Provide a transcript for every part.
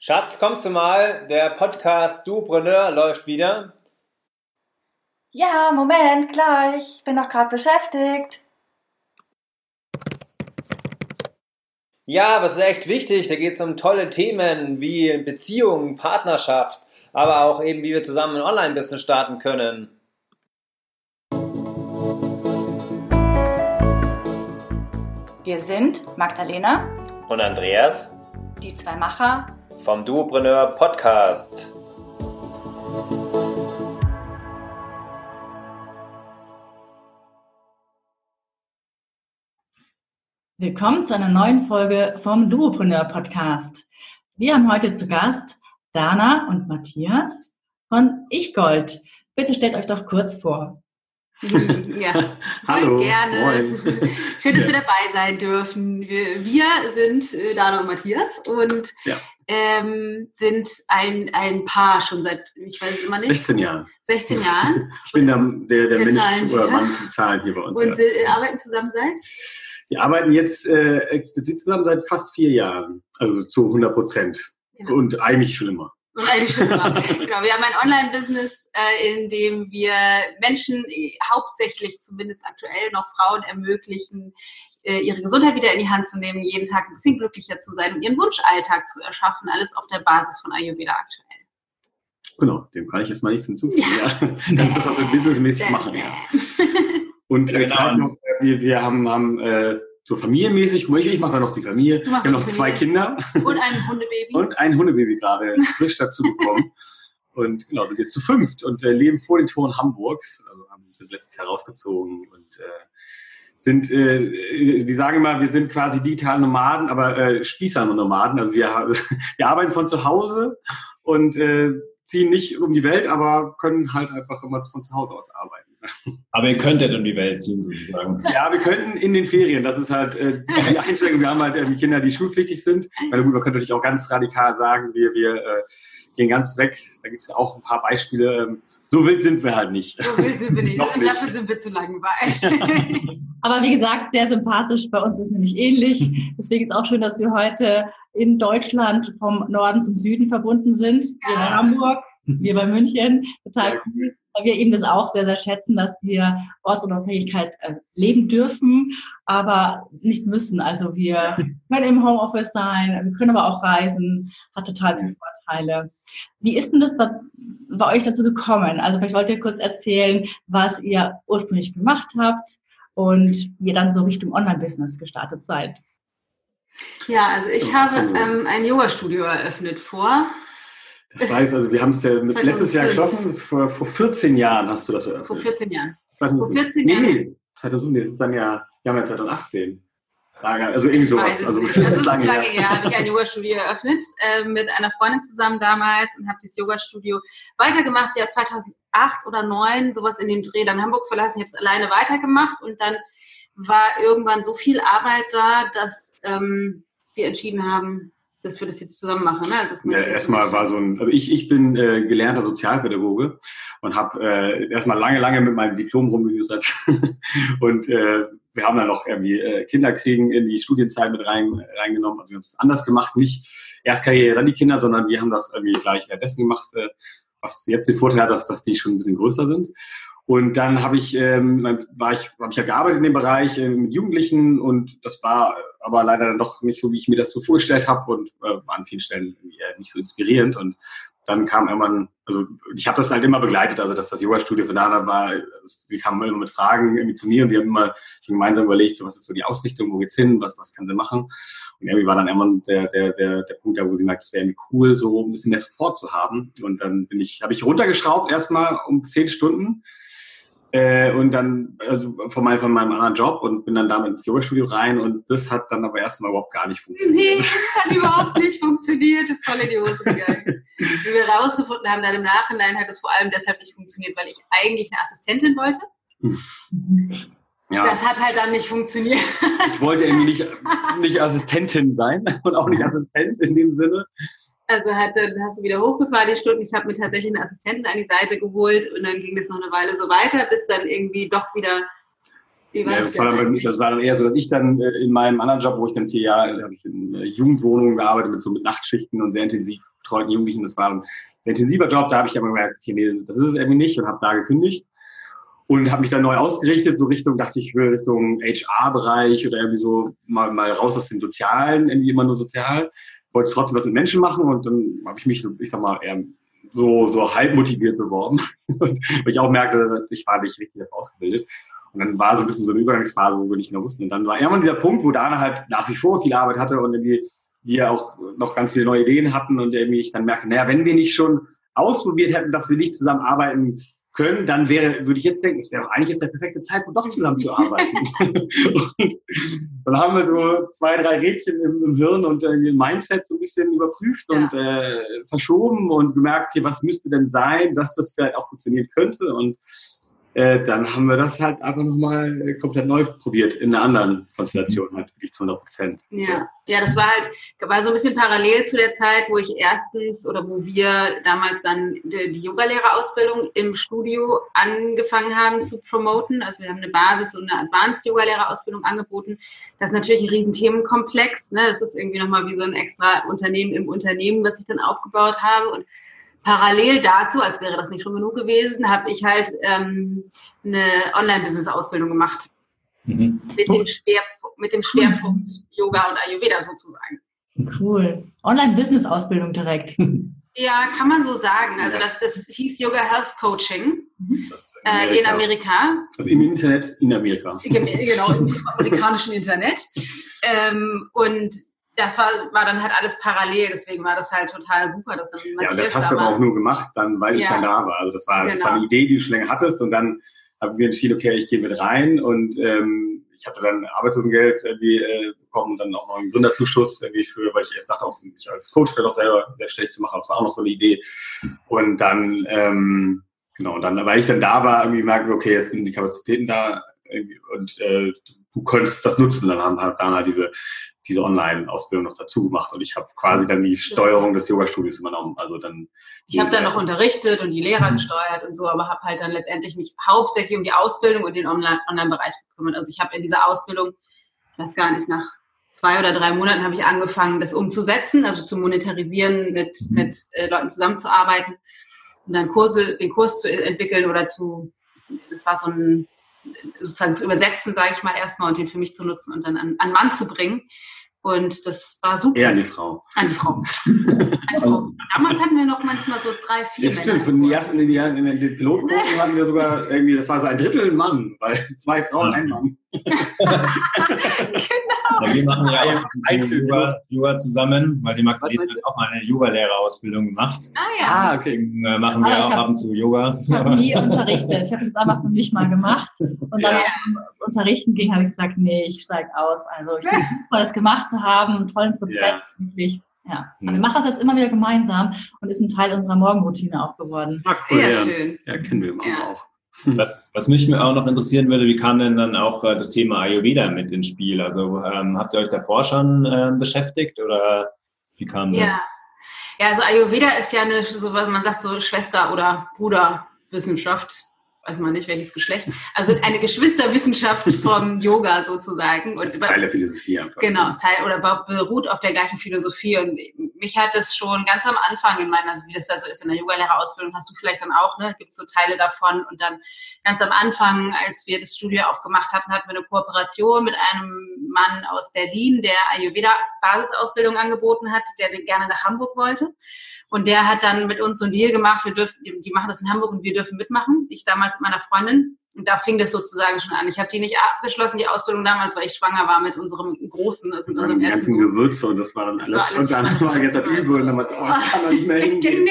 Schatz, kommst du mal? Der Podcast Dupreneur läuft wieder. Ja, Moment, gleich. Bin doch gerade beschäftigt. Ja, aber es ist echt wichtig. Da geht es um tolle Themen wie Beziehungen, Partnerschaft, aber auch eben, wie wir zusammen ein Online-Business starten können. Wir sind Magdalena Und Andreas die zwei Macher vom Dupreneur Podcast. Willkommen zu einer neuen Folge vom Duopreneur Podcast. Wir haben heute zu Gast Dana und Matthias von Ich-Gold. Bitte stellt euch doch kurz vor. Ja, Hallo, gerne. Moin. Schön, dass wir dabei sein dürfen. Wir sind Dana und Matthias und sind ein Paar schon seit, ich weiß es immer nicht. 16 Jahren. 16 Jahren. Ich bin der Mensch oder Zahlenhüter. Mann für Zahlen hier bei uns. Und arbeiten zusammen seit? Wir arbeiten jetzt explizit zusammen seit fast 4 Jahren. Also zu 100%. Genau. Und eigentlich schon immer. Und eigentlich schon immer. Genau, wir haben ein Online-Business, in dem wir Menschen, hauptsächlich zumindest aktuell noch Frauen, ermöglichen, ihre Gesundheit wieder in die Hand zu nehmen, jeden Tag ein bisschen glücklicher zu sein und ihren Wunschalltag zu erschaffen. Alles auf der Basis von Ayurveda aktuell. Genau, dem kann ich jetzt mal nichts hinzufügen. Ja. Das ist das, was wir businessmäßig machen. Ja. Und vielleicht noch, wir haben so familienmäßig, ich mache da noch die Familie. Wir haben noch 2 Kinder. Und ein Hundebaby. Und ein Hundebaby gerade frisch dazu bekommen. Und genau, sind jetzt zu 5 und leben vor den Toren Hamburgs. Also sind letztes Jahr rausgezogen und die sagen immer, wir sind quasi digitale Nomaden, aber Spießer-Nomaden. Also wir arbeiten von zu Hause und ziehen nicht um die Welt, aber können halt einfach immer von zu Hause aus arbeiten. Aber ihr könntet um die Welt ziehen, sozusagen. Ja, wir könnten in den Ferien. Das ist halt die Einstellung. Wir haben halt Kinder, die schulpflichtig sind. Weil gut, man könnte natürlich auch ganz radikal sagen, wir gehen ganz weg. Da gibt es ja auch ein paar Beispiele. So wild sind wir halt nicht. So wild sind wir nicht. Noch nicht. Dafür sind wir zu langweilig. Aber wie gesagt, sehr sympathisch. Bei uns ist es nämlich ähnlich. Deswegen ist auch schön, dass wir heute in Deutschland vom Norden zum Süden verbunden sind. Wir bei Hamburg, wir bei München. Total cool. Weil wir eben das auch sehr, sehr schätzen, dass wir Ortsunabhängigkeit leben dürfen, aber nicht müssen. Also wir können im Homeoffice sein, wir können aber auch reisen, hat total viele Vorteile. Wie ist denn das da bei euch dazu gekommen? Also vielleicht wollt ihr kurz erzählen, was ihr ursprünglich gemacht habt und wie ihr dann so Richtung Online-Business gestartet seid. Ja, also ich habe ein Yoga-Studio eröffnet vor. Das war jetzt, also wir haben es ja letztes Jahr geschlossen, vor 14 Jahren hast du das eröffnet. Vor 14 Jahren. Vor 14 Jahren? Nee, 2000, das ist dann ja, wir haben ja 2018. Also irgendwie sowas. Also das ist lange her. Habe ich ein Yoga-Studio eröffnet, mit einer Freundin zusammen damals und habe dieses Yoga-Studio weitergemacht, Jahr 2008 oder 2009, sowas in dem Dreh, dann Hamburg verlassen, ich habe es alleine weitergemacht und dann war irgendwann so viel Arbeit da, dass wir entschieden haben, dass wir das jetzt zusammen machen. Ne? Ja, erstmal war also ich bin gelernter Sozialpädagoge und habe erstmal lange mit meinem Diplom rumgeüsert und wir haben dann noch irgendwie Kinderkriegen in die Studienzeit mit reingenommen. Also wir haben es anders gemacht, nicht erst Karriere, dann die Kinder, sondern wir haben das irgendwie gleich währenddessen gemacht, was jetzt den Vorteil hat, dass die schon ein bisschen größer sind. Und dann habe ich ja gearbeitet in dem Bereich mit Jugendlichen und das war aber leider dann doch nicht so, wie ich mir das so vorgestellt habe und war an vielen Stellen nicht so inspirierend. Und dann kam irgendwann, also ich habe das halt immer begleitet, also dass das Yoga-Studio von Dana war, sie kamen immer mit Fragen irgendwie zu mir und wir haben immer schon gemeinsam überlegt, so was ist so die Ausrichtung, wo geht's hin, was kann sie machen? Und irgendwie war dann irgendwann der Punkt da, wo sie merkt, es wäre irgendwie cool, so ein bisschen mehr Support zu haben. Und dann habe ich runtergeschraubt erstmal um 10 Stunden. Und dann, also von meinem anderen Job und bin dann damit ins Yoga-Studio rein und das hat dann aber erstmal überhaupt gar nicht funktioniert. Nee, das hat überhaupt nicht funktioniert, das ist voll in die Hose gegangen. Wie wir rausgefunden haben, dann im Nachhinein hat es vor allem deshalb nicht funktioniert, weil ich eigentlich eine Assistentin wollte. Ja. Das hat halt dann nicht funktioniert. Ich wollte irgendwie nicht Assistentin sein und auch nicht Assistent in dem Sinne. Also dann hast du wieder hochgefahren die Stunden. Ich habe mir tatsächlich eine Assistentin an die Seite geholt und dann ging das noch eine Weile so weiter, bis dann irgendwie doch wieder... Das war dann eher so, dass ich dann in meinem anderen Job, wo ich dann 4 Jahre, habe ich in Jugendwohnungen gearbeitet mit Nachtschichten und sehr intensiv betreuten Jugendlichen. Das war ein sehr intensiver Job. Da habe ich aber gemerkt, okay, nee, das ist es irgendwie nicht und habe da gekündigt. Und habe mich dann neu ausgerichtet, so dachte ich, will Richtung HR-Bereich oder irgendwie so mal raus aus dem Sozialen, irgendwie immer nur sozial. Wollte trotzdem was mit Menschen machen und dann habe ich mich, ich sag mal, eher so halb motiviert beworben. Und weil ich auch merkte, ich war nicht richtig ausgebildet. Und dann war so ein bisschen so eine Übergangsphase, wo wir nicht mehr wussten. Und dann war irgendwann dieser Punkt, wo Dana halt nach wie vor viel Arbeit hatte und irgendwie wir auch noch ganz viele neue Ideen hatten und irgendwie ich dann merkte, naja, wenn wir nicht schon ausprobiert hätten, dass wir nicht zusammenarbeiten können, dann würde ich jetzt denken, es wäre eigentlich jetzt der perfekte Zeitpunkt, doch zusammenzuarbeiten. Und dann haben wir so 2, 3 Rädchen im Hirn und im Mindset so ein bisschen überprüft und verschoben und gemerkt, hier, was müsste denn sein, dass das vielleicht auch funktionieren könnte. Und dann haben wir das halt einfach nochmal komplett neu probiert in einer anderen Konstellation, halt wirklich zu 100%. Ja, ja, das war so ein bisschen parallel zu der Zeit, wo wir damals dann die Yogalehrerausbildung im Studio angefangen haben zu promoten. Also wir haben eine Basis- und eine Advanced Yogalehrerausbildung angeboten. Das ist natürlich ein riesen Themenkomplex, ne? Das ist irgendwie nochmal wie so ein extra Unternehmen im Unternehmen, was ich dann aufgebaut habe. Und parallel dazu, als wäre das nicht schon genug gewesen, habe ich halt eine Online-Business-Ausbildung gemacht. Mit dem Schwerpunkt Yoga und Ayurveda sozusagen. Cool. Online-Business-Ausbildung direkt. Ja, kann man so sagen. Also das hieß Yoga Health Coaching in Amerika. Also im Internet in Amerika. Genau, im amerikanischen Internet. Und das war dann halt alles parallel, deswegen war das halt total super, dass dann Matthias. Ja, und das hast du aber auch nur gemacht, dann, weil ich dann da war. Also das war eine Idee, die du schon länger hattest und dann haben wir entschieden, okay, ich gehe mit rein und ich hatte dann Arbeitslosengeld bekommen und dann auch noch einen Gründerzuschuss weil ich erst dachte, auch mich als Coach vielleicht auch selber selbstständig zu machen, das war auch noch so eine Idee. Und dann, weil ich dann da war, irgendwie merken wir, okay, jetzt sind die Kapazitäten da und du könntest das nutzen. Dann haben dann halt diese Online-Ausbildung noch dazu gemacht und ich habe quasi dann die Steuerung des Yoga-Studios übernommen. Also dann ich habe dann noch unterrichtet und die Lehrer gesteuert und so, aber habe halt dann letztendlich mich hauptsächlich um die Ausbildung und den Online-Bereich gekümmert. Also ich habe in dieser Ausbildung, ich weiß gar nicht, nach 2 oder 3 Monaten habe ich angefangen, das umzusetzen, also zu monetarisieren, mit Leuten zusammenzuarbeiten und dann den Kurs zu entwickeln das war so ein sozusagen zu übersetzen, sage ich mal erstmal, und den für mich zu nutzen und dann an Mann zu bringen. Und das war super. Eher an die Frau. An die Frau. Damals hatten wir noch manchmal so 3, 4 Männer. Stimmt, von den ersten in den Pilotkursen hatten wir sogar irgendwie, das war so ein Drittel Mann, weil 2 Frauen, ein Mann. Genau. Ja, wir machen ja auch Yoga zusammen, weil die Magdalena hat auch mal eine Yoga-Lehrerausbildung gemacht. Ja. Okay. Machen wir auch ab und zu Yoga. Ich habe nie unterrichtet. Ich habe das einfach für mich mal gemacht. Und dann, als es Unterrichten ging, habe ich gesagt, nee, ich steige aus. Also ich finde super, das gemacht zu haben, einen tollen Prozess. Wirklich. Ja. Aber wir machen das jetzt immer wieder gemeinsam und ist ein Teil unserer Morgenroutine auch geworden. Ah, cool, Sehr schön. Ja, kennen wir auch. Was mich auch noch interessieren würde, wie kam denn dann auch das Thema Ayurveda mit ins Spiel? Also habt ihr euch davor schon beschäftigt oder wie kam das? Ja, also Ayurveda ist ja man sagt so Schwester- oder Bruderwissenschaft. Weiß man nicht, welches Geschlecht. Also eine Geschwisterwissenschaft vom Yoga sozusagen. Und das ist Teil der Philosophie einfach. Genau, beruht auf der gleichen Philosophie. Und mich hat das schon ganz am Anfang also wie das da so ist in der Yogalehrerausbildung, hast du vielleicht dann auch, ne, gibt so Teile davon. Und dann ganz am Anfang, als wir das Studio aufgemacht hatten wir eine Kooperation mit einem Mann aus Berlin, der Ayurveda-Basisausbildung angeboten hat, der gerne nach Hamburg wollte. Und der hat dann mit uns so einen Deal gemacht, die machen das in Hamburg und wir dürfen mitmachen. Ich damals mit meiner Freundin. Und da fing das sozusagen schon an. Ich habe die nicht abgeschlossen, die Ausbildung damals, weil ich schwanger war mit unserem Großen. Also mit unserem die ganzen Gewürze und das war dann alles. Und dann war gestern übel und dann war es, das kann man nicht mehr hingehen.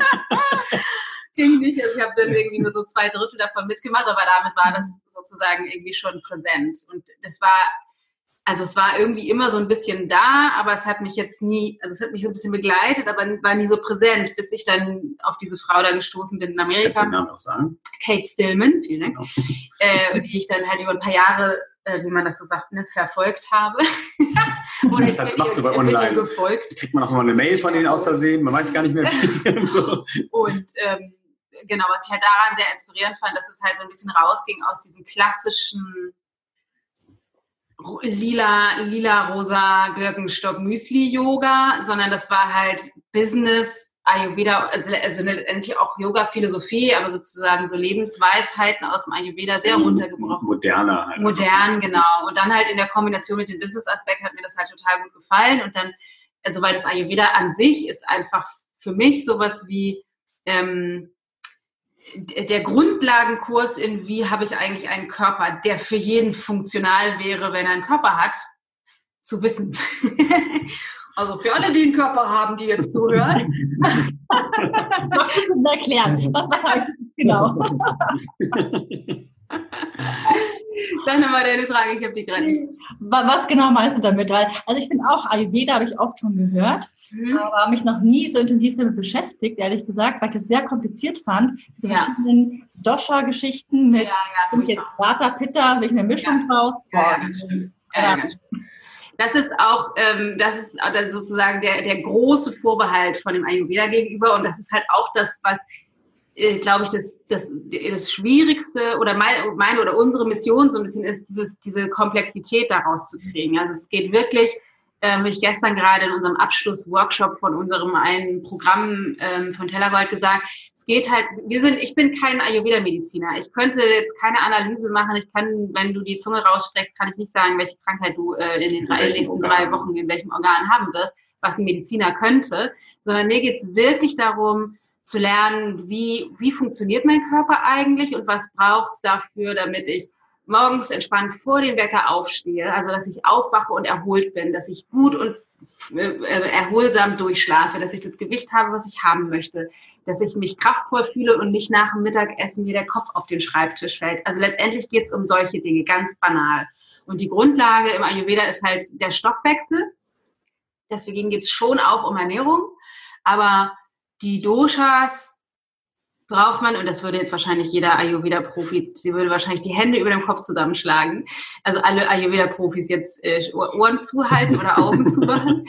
Ging nicht. Also ich habe dann irgendwie nur so 2 Drittel davon mitgemacht, aber damit war das sozusagen irgendwie schon präsent. Und es war irgendwie immer so ein bisschen da, aber es hat mich jetzt es hat mich so ein bisschen begleitet, aber war nie so präsent, bis ich dann auf diese Frau da gestoßen bin in Amerika. Kannst du den Namen auch sagen? Kate Stillman, vielen Dank. Genau. Die ich dann halt über ein paar Jahre, wie man das so sagt, verfolgt habe. Oder ich bin ihr gefolgt. Kriegt man auch mal eine Mail von denen aus Versehen, man weiß gar nicht mehr. So. Und genau, was ich halt daran sehr inspirierend fand, dass es halt so ein bisschen rausging aus diesem klassischen lila, rosa Birkenstock Müsli Yoga, sondern das war halt Business Ayurveda, also letztendlich auch Yoga-Philosophie, aber sozusagen so Lebensweisheiten aus dem Ayurveda sehr runtergebrochen. Moderner halt. Modern, genau. Und dann halt in der Kombination mit dem Business-Aspekt hat mir das halt total gut gefallen. Und dann, also weil das Ayurveda an sich ist einfach für mich sowas wie der Grundlagenkurs in wie habe ich eigentlich einen Körper, der für jeden funktional wäre, wenn er einen Körper hat, zu wissen. Also für alle, die einen Körper haben, die jetzt zuhören. Was ist das denn erklären? Was heißt das genau? Sag nochmal deine Frage, ich habe die gerade. Was genau meinst du damit? Weil, also ich bin auch Ayurveda, habe ich oft schon gehört, aber mich noch nie so intensiv damit beschäftigt, ehrlich gesagt, weil ich das sehr kompliziert fand. Diese verschiedenen Dosha-Geschichten mit jetzt Vata, Pitta, welche Mischung draus. Das ist auch, sozusagen der große Vorbehalt von dem Ayurveda gegenüber und das ist halt auch das, was, glaube ich, das Schwierigste oder meine oder unsere Mission so ein bisschen ist, diese Komplexität daraus zu kriegen. Also es geht wirklich, wie ich gestern gerade in unserem Abschlussworkshop von unserem einen Programm von Tellergold gesagt, es geht halt, ich bin kein Ayurveda-Mediziner. Ich könnte jetzt keine Analyse machen. Ich kann, wenn du die Zunge rausstreckst, kann ich nicht sagen, welche Krankheit du in den nächsten 3 Wochen in welchem Organ haben wirst, was ein Mediziner könnte, sondern mir geht es wirklich darum, zu lernen, wie funktioniert mein Körper eigentlich und was braucht es dafür, damit ich morgens entspannt vor dem Wecker aufstehe, also dass ich aufwache und erholt bin, dass ich gut und erholsam durchschlafe, dass ich das Gewicht habe, was ich haben möchte, dass ich mich kraftvoll fühle und nicht nach dem Mittagessen mir der Kopf auf den Schreibtisch fällt. Also letztendlich geht es um solche Dinge, ganz banal. Und die Grundlage im Ayurveda ist halt der Stoffwechsel. Deswegen geht es schon auch um Ernährung, aber die Doshas braucht man, und das würde jetzt wahrscheinlich jeder Ayurveda-Profi, sie würde wahrscheinlich die Hände über dem Kopf zusammenschlagen, also alle Ayurveda-Profis jetzt Ohren zuhalten oder Augen zumachen,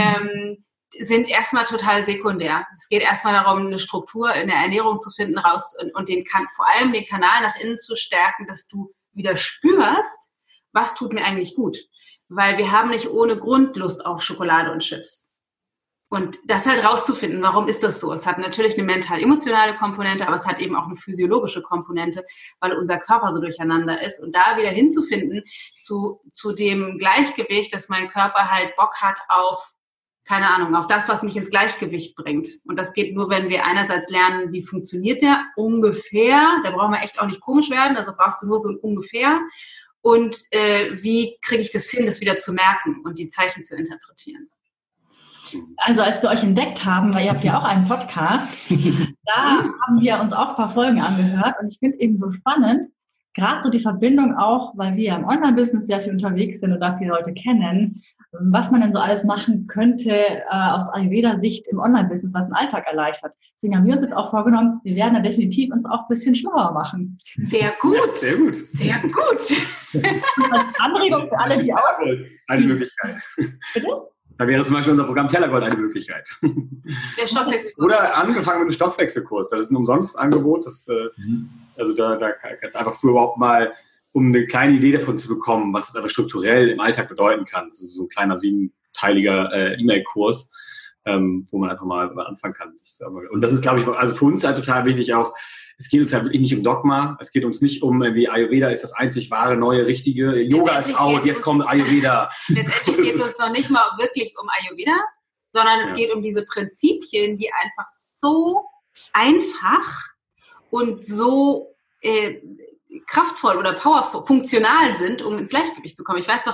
sind erstmal total sekundär. Es geht erstmal darum, eine Struktur in der Ernährung zu finden, und vor allem den Kanal nach innen zu stärken, dass du wieder spürst, was tut mir eigentlich gut. Weil wir haben nicht ohne Grund Lust auf Schokolade und Chips. Und das halt rauszufinden, warum ist das so? Es hat natürlich eine mental-emotionale Komponente, aber es hat eben auch eine physiologische Komponente, weil unser Körper so durcheinander ist. Und da wieder hinzufinden zu dem Gleichgewicht, dass mein Körper halt Bock hat auf, keine Ahnung, auf das, was mich ins Gleichgewicht bringt. Und das geht nur, wenn wir einerseits lernen, wie funktioniert der ungefähr. Da brauchen wir echt auch nicht komisch werden, also brauchst du nur so ein ungefähr. Und wie kriege ich das hin, das wieder zu merken und die Zeichen zu interpretieren. Also als wir euch entdeckt haben, weil ihr habt ja auch einen Podcast, da haben wir uns auch ein paar Folgen angehört und ich finde eben so spannend, gerade so die Verbindung auch, weil wir im Online-Business sehr viel unterwegs sind und da viele Leute kennen, was man denn so alles machen könnte aus Ayurveda-Sicht im Online-Business, was den Alltag erleichtert. Deswegen haben wir uns jetzt auch vorgenommen, wir werden da definitiv uns auch ein bisschen schlauer machen. Sehr gut. Ja, sehr gut. Sehr gut. Als Anregung für alle, die auch... Eine Möglichkeit. Bitte? Da wäre zum Beispiel unser Programm Tellergold eine Möglichkeit. Der Stoffwechselkurs. Oder angefangen mit einem Stoffwechselkurs. Das ist ein Umsonstangebot. Also da kannst du einfach für überhaupt mal, um eine kleine Idee davon zu bekommen, was es aber strukturell im Alltag bedeuten kann. Das ist so ein kleiner 7-teiliger E-Mail-Kurs, wo man einfach mal anfangen kann. Und das ist, glaube ich, also für uns halt total wichtig auch, es geht uns halt wirklich nicht um Dogma, es geht uns nicht um, wie Ayurveda ist das einzig wahre, neue, richtige, Yoga ist out, jetzt kommt Ayurveda. Letztendlich geht es uns noch nicht mal wirklich um Ayurveda, sondern es geht um diese Prinzipien, die einfach so einfach und so kraftvoll oder powerful, funktional sind, um ins Gleichgewicht zu kommen. Ich weiß doch,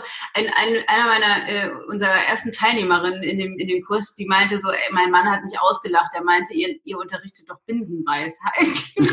unserer ersten Teilnehmerinnen in dem Kurs, die meinte so, mein Mann hat mich ausgelacht, der meinte, ihr unterrichtet doch Binsenweisheit.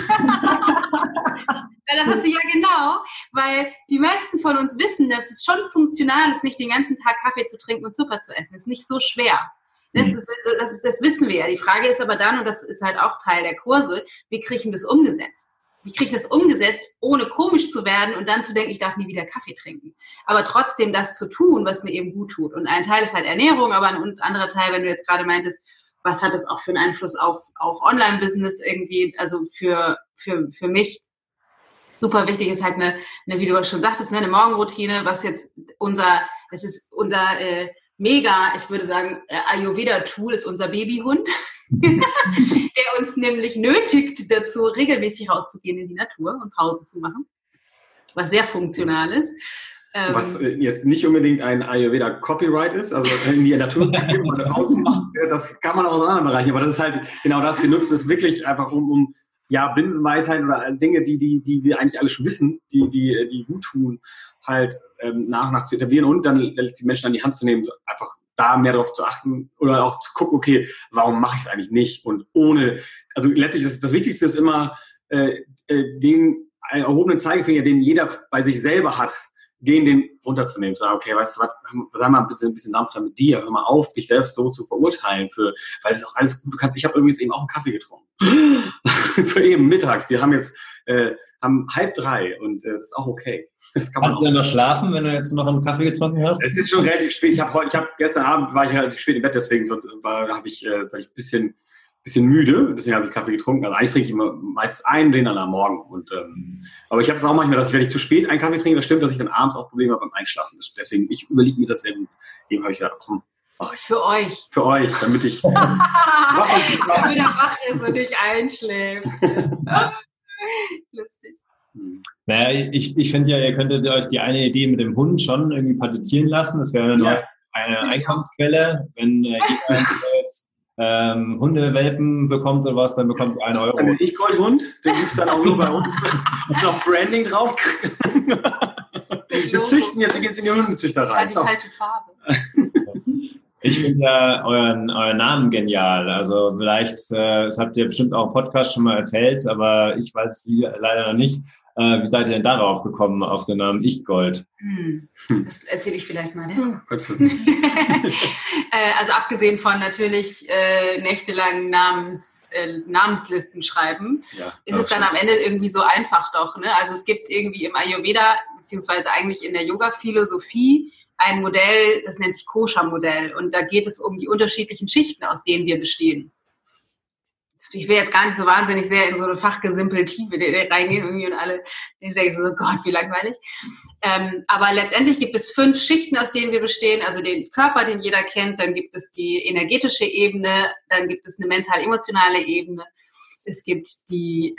Da dachte ich, ja genau, weil die meisten von uns wissen, dass es schon funktional ist, nicht den ganzen Tag Kaffee zu trinken und Zucker zu essen. Das ist nicht so schwer. Das wissen wir ja. Die Frage ist aber dann, und das ist halt auch Teil der Kurse, wie kriege ich denn das umgesetzt? Wie kriege ich das umgesetzt, ohne komisch zu werden und dann zu denken, ich darf nie wieder Kaffee trinken. Aber trotzdem das zu tun, was mir eben gut tut. Und ein Teil ist halt Ernährung, aber ein anderer Teil, wenn du jetzt gerade meintest, was hat das auch für einen Einfluss auf Online-Business irgendwie, also für mich super wichtig ist halt eine, wie du schon sagtest, eine Morgenroutine, was jetzt unser mega, ich würde sagen, Ayurveda-Tool ist unser Babyhund. der uns nämlich nötigt dazu, regelmäßig rauszugehen in die Natur und Pausen zu machen, was sehr funktional ist. Was jetzt nicht unbedingt ein Ayurveda-Copyright ist, also in die Natur zu gehen und eine Pause zu machen, das kann man auch aus anderen Bereichen, aber das ist halt genau das, wir nutzen es wirklich einfach um Binsenweisheiten oder Dinge, die wir eigentlich alle schon wissen, die gut tun, halt nach und nach zu etablieren und dann die Menschen an die Hand zu nehmen, einfach da mehr darauf zu achten oder auch zu gucken, okay, warum mache ich es eigentlich nicht? Und also letztlich das Wichtigste ist immer, den erhobenen Zeigefinger, den jeder bei sich selber hat, den runterzunehmen, sagen, okay, weißt du was, sei mal ein bisschen sanfter mit dir, hör mal auf, dich selbst so zu verurteilen, weil es ist auch alles gut, ich habe übrigens eben auch einen Kaffee getrunken. So eben mittags, wir haben jetzt haben 2:30 und das ist auch okay. Kannst du denn noch schlafen, wenn du jetzt noch einen Kaffee getrunken hast? Es ist schon relativ spät, gestern Abend war ich relativ spät im Bett, deswegen war ich ein bisschen müde, deswegen habe ich Kaffee getrunken. Also eigentlich trinke ich immer meist den am Morgen. Aber ich habe es auch manchmal, dass ich, wenn ich zu spät einen Kaffee trinke, das stimmt, dass ich dann abends auch Probleme habe beim Einschlafen. Deswegen, ich überlege mir das sehr gut. Eben habe ich gedacht, komm, mach ich. Für euch. Für euch, damit ich damit er wach ist und nicht einschläft. Lustig. Naja, ich finde ja, ihr könntet euch die eine Idee mit dem Hund schon irgendwie patentieren lassen. Das wäre eine Einkommensquelle. Wenn jeder Hundewelpen bekommt oder was, dann bekommt ihr 1 Euro. Ein Ich-Gold-Hund, den gibt es dann auch nur bei uns. Ist noch Branding drauf. Wir züchten jetzt, wir gehen in die Hundezüchterei. Die falsche Farbe. Ich finde ja euren Namen genial. Also vielleicht, das habt ihr bestimmt auch im Podcast schon mal erzählt, aber ich weiß leider noch nicht. Wie seid ihr denn darauf gekommen, auf den Namen Ich-Gold? Das erzähle ich vielleicht mal. Ne? Also abgesehen von natürlich nächtelang Namenslisten schreiben, ist es dann am Ende irgendwie so einfach doch. Ne? Also es gibt irgendwie im Ayurveda, beziehungsweise eigentlich in der Yoga-Philosophie, ein Modell, das nennt sich Kosha-Modell. Und da geht es um die unterschiedlichen Schichten, aus denen wir bestehen. Ich will jetzt gar nicht so wahnsinnig sehr in so eine fachgesimpelte Tiefe reingehen irgendwie und alle denken so, Gott, wie langweilig. Aber letztendlich gibt es 5 Schichten, aus denen wir bestehen. Also den Körper, den jeder kennt, dann gibt es die energetische Ebene, dann gibt es eine mental-emotionale Ebene. Es gibt die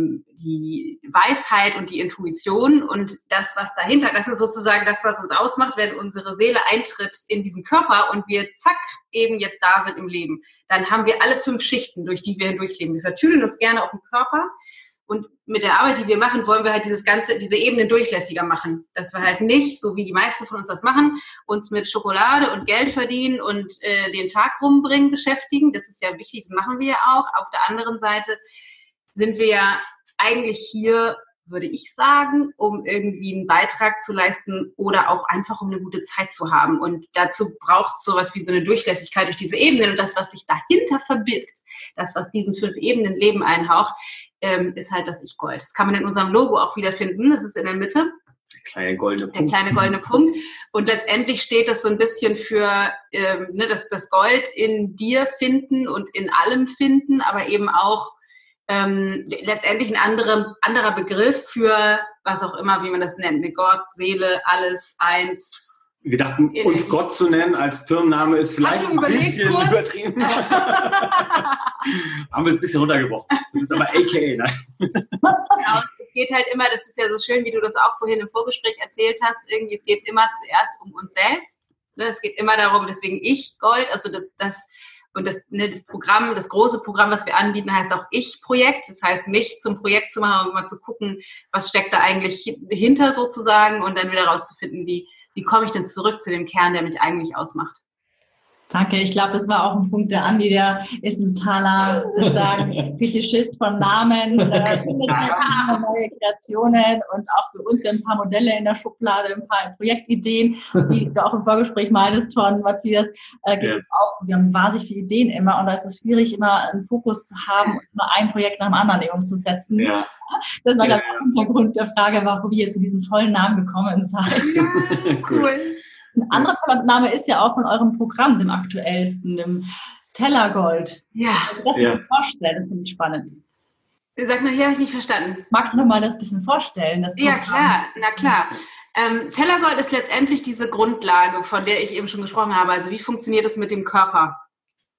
Weisheit und die Intuition und das, was dahinter, das ist sozusagen das, was uns ausmacht, wenn unsere Seele eintritt in diesen Körper und wir zack, eben jetzt da sind im Leben. Dann haben wir alle 5 Schichten, durch die wir hindurchleben. Wir vertüdeln uns gerne auf den Körper und mit der Arbeit, die wir machen, wollen wir halt diese Ebenen durchlässiger machen. Dass wir halt nicht, so wie die meisten von uns das machen, uns mit Schokolade und Geld verdienen und den Tag rumbringen beschäftigen. Das ist ja wichtig, das machen wir ja auch. Auf der anderen Seite sind wir ja eigentlich hier, würde ich sagen, um irgendwie einen Beitrag zu leisten oder auch einfach um eine gute Zeit zu haben. Und dazu braucht es sowas wie so eine Durchlässigkeit durch diese Ebenen. Und das, was sich dahinter verbirgt, das, was diesen 5 Ebenen Leben einhaucht, ist halt das Ich-Gold. Das kann man in unserem Logo auch wiederfinden. Das ist in der Mitte. Der kleine goldene Punkt. Und letztendlich steht das so ein bisschen für das Gold in dir finden und in allem finden, aber eben auch letztendlich ein anderer Begriff für was auch immer, wie man das nennt. Eine Gott, Seele, alles, eins. Wir dachten, uns Gott zu nennen als Firmenname ist vielleicht ein bisschen übertrieben. Haben wir es ein bisschen runtergebrochen. Das ist aber AKA, ne? Ja, und es geht halt immer, das ist ja so schön, wie du das auch vorhin im Vorgespräch erzählt hast, irgendwie, es geht immer zuerst um uns selbst. Es geht immer darum, deswegen Ich-Gold, also das Programm, das große Programm, was wir anbieten, heißt auch Ich-Projekt. Das heißt, mich zum Projekt zu machen und mal zu gucken, was steckt da eigentlich hinter sozusagen und dann wieder rauszufinden, wie komme ich denn zurück zu dem Kern, der mich eigentlich ausmacht. Danke, ich glaube, das war auch ein Punkt. Der Andi, der ist ein totaler, würde sagen, Fetischist von Namen, findet neue Kreationen und auch für uns ein paar Modelle in der Schublade, ein paar Projektideen, wie du auch im Vorgespräch meintest, Matthias, gibt es auch so. Wir haben wahnsinnig viele Ideen immer und da ist es schwierig, immer einen Fokus zu haben und immer ein Projekt nach dem anderen umzusetzen. Ja. Das war ganz auch der Grund der Frage, warum ihr zu diesem tollen Namen gekommen seid. Ja, cool. Ein anderer toller Name ist ja auch von eurem Programm, dem aktuellsten, dem Tellergold. Ja. Also das bisschen vorstellen, das finde ich spannend. Sag mal, hier habe ich nicht verstanden. Magst du noch mal das bisschen vorstellen? Das ja, klar, na klar. Tellergold ist letztendlich diese Grundlage, von der ich eben schon gesprochen habe. Also wie funktioniert es mit dem Körper?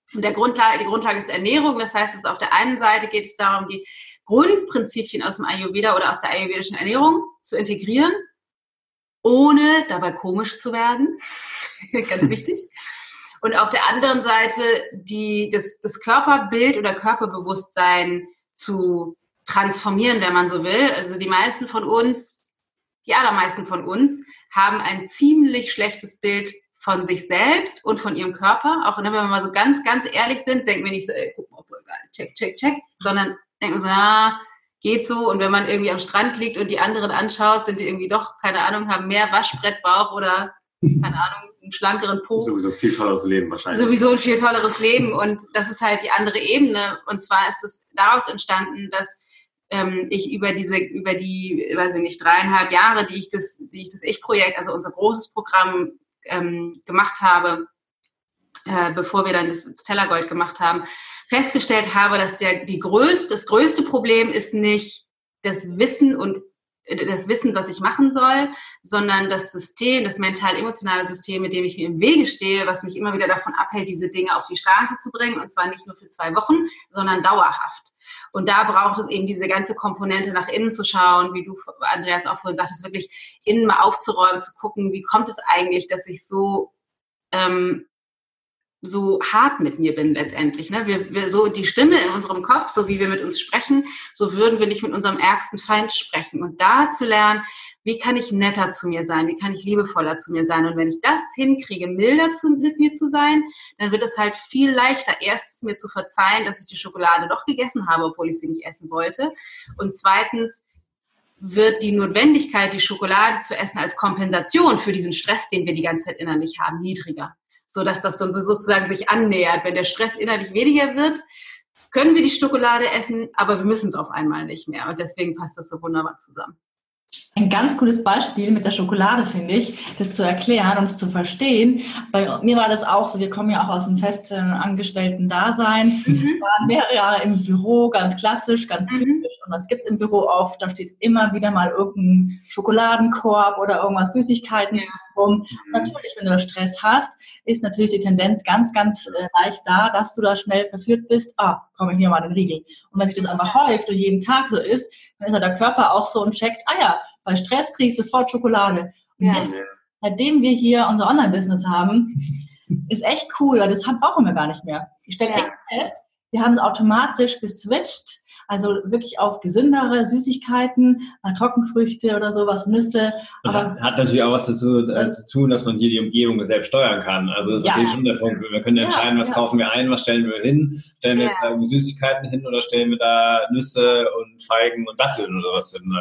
Und die Grundlage ist Ernährung. Das heißt, auf der einen Seite geht es darum, die Grundprinzipien aus dem Ayurveda oder aus der ayurvedischen Ernährung zu integrieren, ohne dabei komisch zu werden. Ganz wichtig. Und auf der anderen Seite das Körperbild oder Körperbewusstsein zu transformieren, wenn man so will. Also die allermeisten von uns haben ein ziemlich schlechtes Bild von sich selbst und von ihrem Körper. Auch wenn wir mal so ganz, ganz ehrlich sind, denken wir nicht so, guck mal, voll geil, check, sondern denken so, geht so. Und wenn man irgendwie am Strand liegt und die anderen anschaut, sind die irgendwie doch, keine Ahnung, haben mehr Waschbrettbauch oder, keine Ahnung, einen schlankeren Po. Sowieso ein viel tolleres Leben wahrscheinlich. Sowieso ein viel tolleres Leben. Und das ist halt die andere Ebene. Und zwar ist es daraus entstanden, dass ich über die, weiß ich nicht, 3,5 Jahre, die ich das Ich-Projekt, also unser großes Programm gemacht habe, bevor wir dann das Tellergold gemacht haben, festgestellt habe, dass das größte Problem ist nicht das Wissen, was ich machen soll, sondern das System, das mental-emotionale System, mit dem ich mir im Wege stehe, was mich immer wieder davon abhält, diese Dinge auf die Straße zu bringen, und zwar nicht nur für 2 Wochen, sondern dauerhaft. Und da braucht es eben diese ganze Komponente, nach innen zu schauen, wie du, Andreas, auch vorhin sagtest, wirklich innen mal aufzuräumen, zu gucken, wie kommt es eigentlich, dass ich so hart mit mir bin letztendlich. Ne? Wir so die Stimme in unserem Kopf, so wie wir mit uns sprechen, so würden wir nicht mit unserem ärgsten Feind sprechen. Und da zu lernen, wie kann ich netter zu mir sein, wie kann ich liebevoller zu mir sein. Und wenn ich das hinkriege, milder mit mir zu sein, dann wird es halt viel leichter, erstens mir zu verzeihen, dass ich die Schokolade doch gegessen habe, obwohl ich sie nicht essen wollte. Und zweitens wird die Notwendigkeit, die Schokolade zu essen als Kompensation für diesen Stress, den wir die ganze Zeit innerlich haben, niedriger. Sodass das dann sozusagen sich annähert. Wenn der Stress innerlich weniger wird, können wir die Schokolade essen, aber wir müssen es auf einmal nicht mehr. Und deswegen passt das so wunderbar zusammen. Ein ganz cooles Beispiel mit der Schokolade, finde ich, das zu erklären und es zu verstehen. Bei mir war das auch so, wir kommen ja auch aus einem festen Angestellten-Dasein, waren mehrere Jahre im Büro, ganz klassisch, ganz typisch. Und was gibt's im Büro oft? Da steht immer wieder mal irgendein Schokoladenkorb oder irgendwas Süßigkeiten rum. Natürlich, wenn du da Stress hast, ist natürlich die Tendenz ganz, ganz leicht da, dass du da schnell verführt bist, komm ich hier mal den Riegel. Und wenn sich das einfach häuft und jeden Tag so ist, dann ist ja der Körper auch so und checkt, bei Stress kriege ich sofort Schokolade. Und jetzt, seitdem wir hier unser Online-Business haben, ist echt cool, weil das brauchen wir gar nicht mehr. Ich stelle echt fest, wir haben es automatisch geswitcht, also wirklich auf gesündere Süßigkeiten, Trockenfrüchte oder sowas, Nüsse. Aber hat natürlich auch was zu tun, dass man hier die Umgebung selbst steuern kann. Also das ist natürlich schon der Punkt. Wir können entscheiden, was kaufen wir ein, was stellen wir hin. Stellen wir jetzt da Süßigkeiten hin oder stellen wir da Nüsse und Feigen und Datteln oder sowas hin.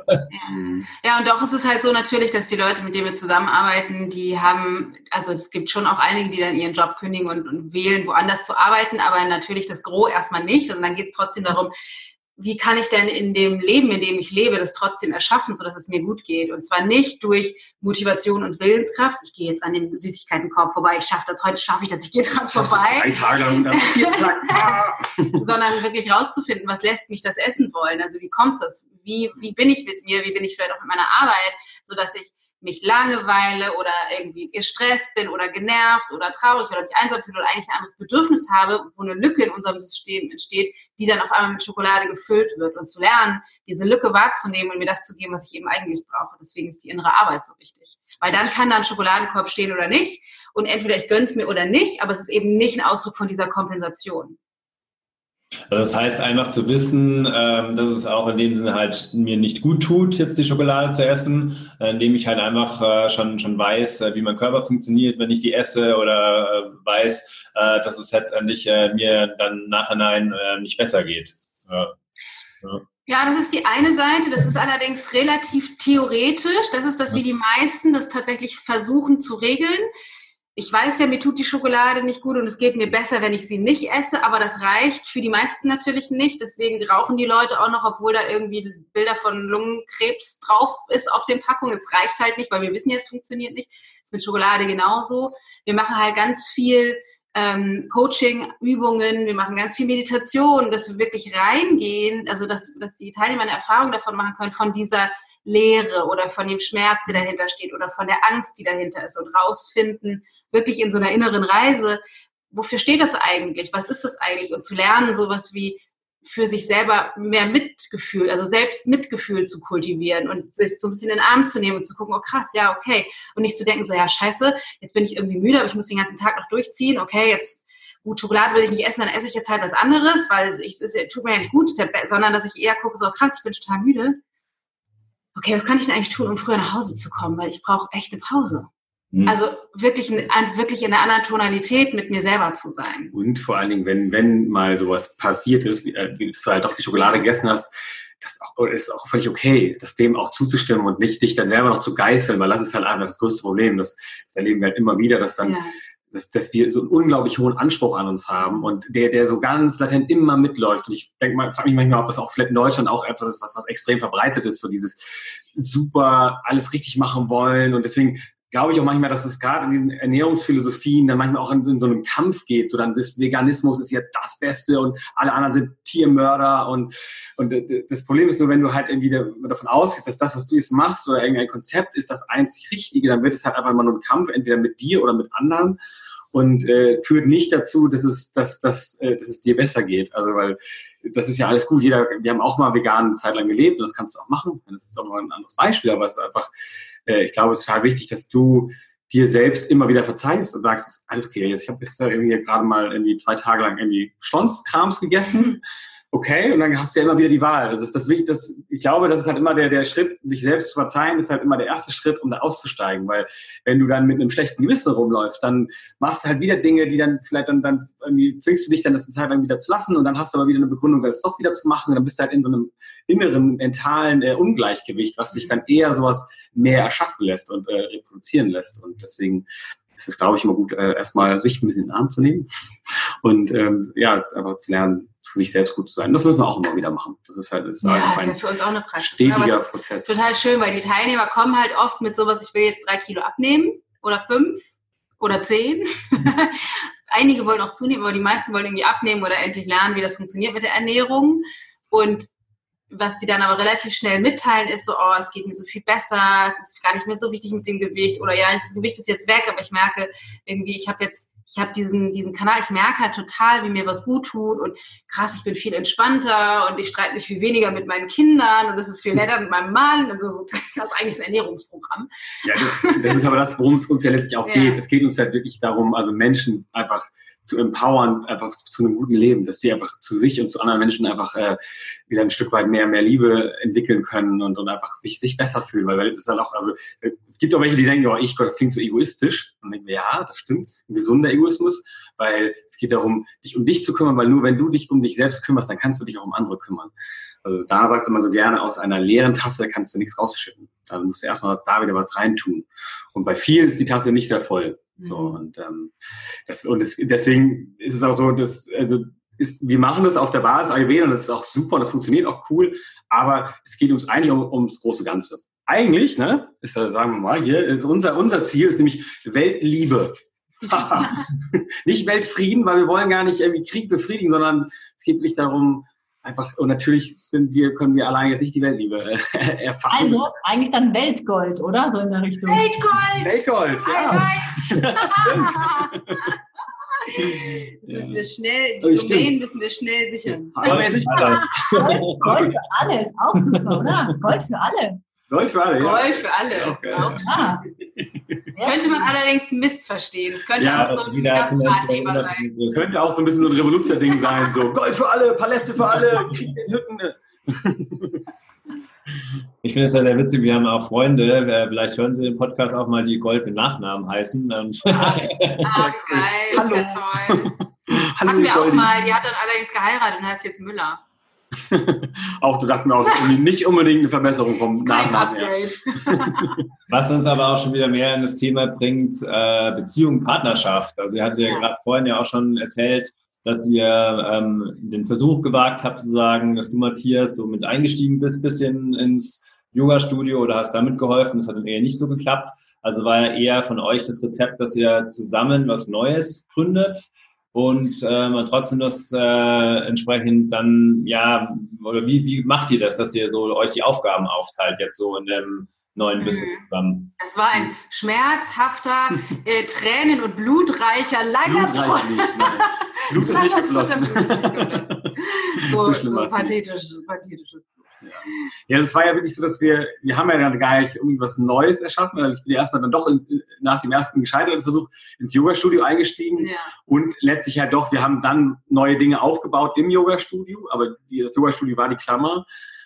Ne? Ja, und doch ist es halt so natürlich, dass die Leute, mit denen wir zusammenarbeiten, die haben, also es gibt schon auch einige, die dann ihren Job kündigen und wählen, woanders zu arbeiten, aber natürlich das Gros erstmal nicht. Und dann geht es trotzdem darum, wie kann ich denn in dem Leben, in dem ich lebe, das trotzdem erschaffen, sodass es mir gut geht. Und zwar nicht durch Motivation und Willenskraft. Ich gehe jetzt an dem Süßigkeitenkorb vorbei. Heute schaffe ich das, ich gehe dran vorbei. 3 Tage lang und dann 4 Tage. Sondern wirklich rauszufinden, was lässt mich das essen wollen? Also wie kommt das? Wie bin ich mit mir? Wie bin ich vielleicht auch mit meiner Arbeit? Sodass ich mich Langeweile oder irgendwie gestresst bin oder genervt oder traurig oder mich einsam fühle oder eigentlich ein anderes Bedürfnis habe, wo eine Lücke in unserem System entsteht, die dann auf einmal mit Schokolade gefüllt wird. Und zu lernen, diese Lücke wahrzunehmen und mir das zu geben, was ich eben eigentlich brauche. Deswegen ist die innere Arbeit so wichtig. Weil dann kann da ein Schokoladenkorb stehen oder nicht. Und entweder ich gönn's mir oder nicht, aber es ist eben nicht ein Ausdruck von dieser Kompensation. Also das heißt einfach zu wissen, dass es auch in dem Sinne halt mir nicht gut tut, jetzt die Schokolade zu essen, indem ich halt einfach schon weiß, wie mein Körper funktioniert, wenn ich die esse oder weiß, dass es letztendlich mir dann nachhinein nicht besser geht. Ja, das ist die eine Seite. Das ist allerdings relativ theoretisch. Das ist das, wie die meisten das tatsächlich versuchen zu regeln. Ich weiß ja, mir tut die Schokolade nicht gut und es geht mir besser, wenn ich sie nicht esse, aber das reicht für die meisten natürlich nicht. Deswegen rauchen die Leute auch noch, obwohl da irgendwie Bilder von Lungenkrebs drauf ist auf den Packungen. Es reicht halt nicht, weil wir wissen ja, es funktioniert nicht. Das ist mit Schokolade genauso. Wir machen halt ganz viel Coaching-Übungen, wir machen ganz viel Meditation, dass wir wirklich reingehen, also dass die Teilnehmer eine Erfahrung davon machen können, von dieser Leere oder von dem Schmerz, der dahinter steht oder von der Angst, die dahinter ist und rausfinden, wirklich in so einer inneren Reise, wofür steht das eigentlich? Was ist das eigentlich? Und zu lernen, sowas wie für sich selber mehr Mitgefühl, also selbst Mitgefühl zu kultivieren und sich so ein bisschen in den Arm zu nehmen und zu gucken, oh krass, ja, okay. Und nicht zu denken, so, ja, scheiße, jetzt bin ich irgendwie müde, aber ich muss den ganzen Tag noch durchziehen. Okay, jetzt, gut, Schokolade will ich nicht essen, dann esse ich jetzt halt was anderes, weil es tut mir ja nicht gut, sondern dass ich eher gucke, so, krass, ich bin total müde. Okay, was kann ich denn eigentlich tun, um früher nach Hause zu kommen? Weil ich brauche echt eine Pause. Also wirklich in einer anderen Tonalität mit mir selber zu sein. Und vor allen Dingen, wenn mal sowas passiert ist, wie du halt doch die Schokolade gegessen hast, das ist auch völlig okay, das dem auch zuzustimmen und nicht dich dann selber noch zu geißeln, weil das ist halt einfach das größte Problem. Das erleben wir halt immer wieder, dass dann, dass wir so einen unglaublich hohen Anspruch an uns haben und der so ganz latent immer mitläuft. Und ich frage mich manchmal, ob das auch vielleicht in Deutschland auch etwas ist, was extrem verbreitet ist, so dieses super alles richtig machen wollen. Und deswegen glaube ich auch manchmal, dass es gerade in diesen Ernährungsphilosophien dann manchmal auch in so einem Kampf geht. So dann ist Veganismus ist jetzt das Beste und alle anderen sind Tiermörder. Und das Problem ist nur, wenn du halt irgendwie davon ausgehst, dass das, was du jetzt machst oder irgendein Konzept ist das einzig Richtige, dann wird es halt einfach mal nur ein Kampf, entweder mit dir oder mit anderen. Und führt nicht dazu, dass es dir besser geht. Also weil das ist ja alles gut. Wir haben auch mal vegan eine Zeit lang gelebt und das kannst du auch machen. Das ist auch mal ein anderes Beispiel, aber es ist einfach, ich glaube, es ist total wichtig, dass du dir selbst immer wieder verzeihst und sagst, es ist alles okay. Ich habe jetzt irgendwie gerade mal irgendwie 2 Tage lang irgendwie Schlonskrams gegessen. Okay, und dann hast du ja immer wieder die Wahl. Das ist das Wichtige, ich glaube, das ist halt immer der Schritt, sich selbst zu verzeihen, ist halt immer der erste Schritt, um da auszusteigen. Weil wenn du dann mit einem schlechten Gewissen rumläufst, dann machst du halt wieder Dinge, die dann vielleicht dann irgendwie zwingst du dich dann das eine Zeit lang wieder zu lassen und dann hast du aber wieder eine Begründung, das doch wieder zu machen und dann bist du halt in so einem inneren, mentalen Ungleichgewicht, was sich dann eher sowas mehr erschaffen lässt und reproduzieren lässt. Und deswegen ist es, glaube ich, immer gut, erstmal sich ein bisschen in den Arm zu nehmen und einfach zu lernen, zu sich selbst gut zu sein. Das müssen wir auch immer wieder machen. Das ist ist ja für uns auch eine Praxis. Stetiger Prozess. Total schön, weil die Teilnehmer kommen halt oft mit sowas, ich will jetzt 3 Kilo abnehmen oder 5 oder 10. Einige wollen auch zunehmen, aber die meisten wollen irgendwie abnehmen oder endlich lernen, wie das funktioniert mit der Ernährung. Und was die dann aber relativ schnell mitteilen, ist so, oh, es geht mir so viel besser, es ist gar nicht mehr so wichtig mit dem Gewicht oder ja, das Gewicht ist jetzt weg, aber ich merke irgendwie, ich habe diesen Kanal, ich merke halt total, wie mir was gut tut und krass, ich bin viel entspannter und ich streite mich viel weniger mit meinen Kindern und es ist viel netter mit meinem Mann und so. Das ist eigentlich das Ernährungsprogramm. Ja, das ist aber das, worum es uns ja letztlich auch geht. Es geht uns halt wirklich darum, also Menschen einfach zu empowern, einfach zu einem guten Leben, dass sie einfach zu sich und zu anderen Menschen einfach wieder ein Stück weit mehr Liebe entwickeln können und einfach sich besser fühlen, weil das ist halt auch, also es gibt auch welche, die denken, oh Gott, das klingt so egoistisch. Und dann denken wir, ja, das stimmt, ein gesunder Egoismus, weil es geht darum, dich um dich zu kümmern, weil nur wenn du dich um dich selbst kümmerst, dann kannst du dich auch um andere kümmern. Also da sagt man so gerne, aus einer leeren Tasse kannst du nichts rausschütten. Da musst du erstmal da wieder was reintun. Und bei vielen ist die Tasse nicht sehr voll. So, und deswegen ist es auch so, wir machen das auf der Basis Ayurveda und das ist auch super und das funktioniert auch cool, aber es geht uns eigentlich ums große Ganze. Eigentlich, ne, ist ja, sagen wir mal, hier ist unser Ziel ist nämlich Weltliebe. Nicht Weltfrieden, weil wir wollen gar nicht irgendwie Krieg befriedigen, sondern es geht wirklich darum, einfach, und natürlich können wir alleine jetzt nicht die Weltliebe erfassen. Also eigentlich dann Weltgold, oder? So in der Richtung. Weltgold, ja. Jetzt müssen wir schnell, die Domain müssen wir schnell sichern. Gold für alle ist auch super, oder? Gold für alle. Gold für alle, ja. Gold für alle. Auch ja. Könnte man allerdings missverstehen. Es könnte auch so ein Finanzratgeber sein. Es könnte auch so ein bisschen so ein Revoluzer-Ding sein. So Gold für alle, Paläste für alle, Krieg in Hütten. Ich finde es ja sehr witzig, wir haben auch Freunde, vielleicht hören Sie den Podcast auch mal, die Gold mit Nachnamen heißen. Und geil, hallo. Ist ja toll. Hatten wir auch mal, die hat dann allerdings geheiratet und heißt jetzt Müller. Auch, du dachtest mir auch, nicht unbedingt eine Verbesserung vom Nachnamen her. Was uns aber auch schon wieder mehr in das Thema bringt, Beziehung, Partnerschaft. Also ihr hattet ja gerade vorhin ja auch schon erzählt, dass ihr den Versuch gewagt habt zu sagen, dass du, Matthias, so mit eingestiegen bist, bisschen ins Yoga-Studio oder hast damit geholfen. Das hat dann eher nicht so geklappt. Also war ja eher von euch das Rezept, dass ihr zusammen was Neues gründet. Und man trotzdem das entsprechend dann, ja, oder wie macht ihr das, dass ihr so euch die Aufgaben aufteilt, jetzt so in dem neuen Business zusammen? Das war ein schmerzhafter, tränen- und blutreicher, langer Prozess. Blut ist nicht geflossen. So pathetisches Blut. Ja, es war ja wirklich so, dass wir haben ja dann gar nicht irgendwas Neues erschaffen, weil ich bin ja erstmal dann doch nach dem ersten gescheiterten Versuch ins Yoga-Studio eingestiegen und letztlich halt doch, wir haben dann neue Dinge aufgebaut im Yoga-Studio, aber das Yoga-Studio war die Klammer.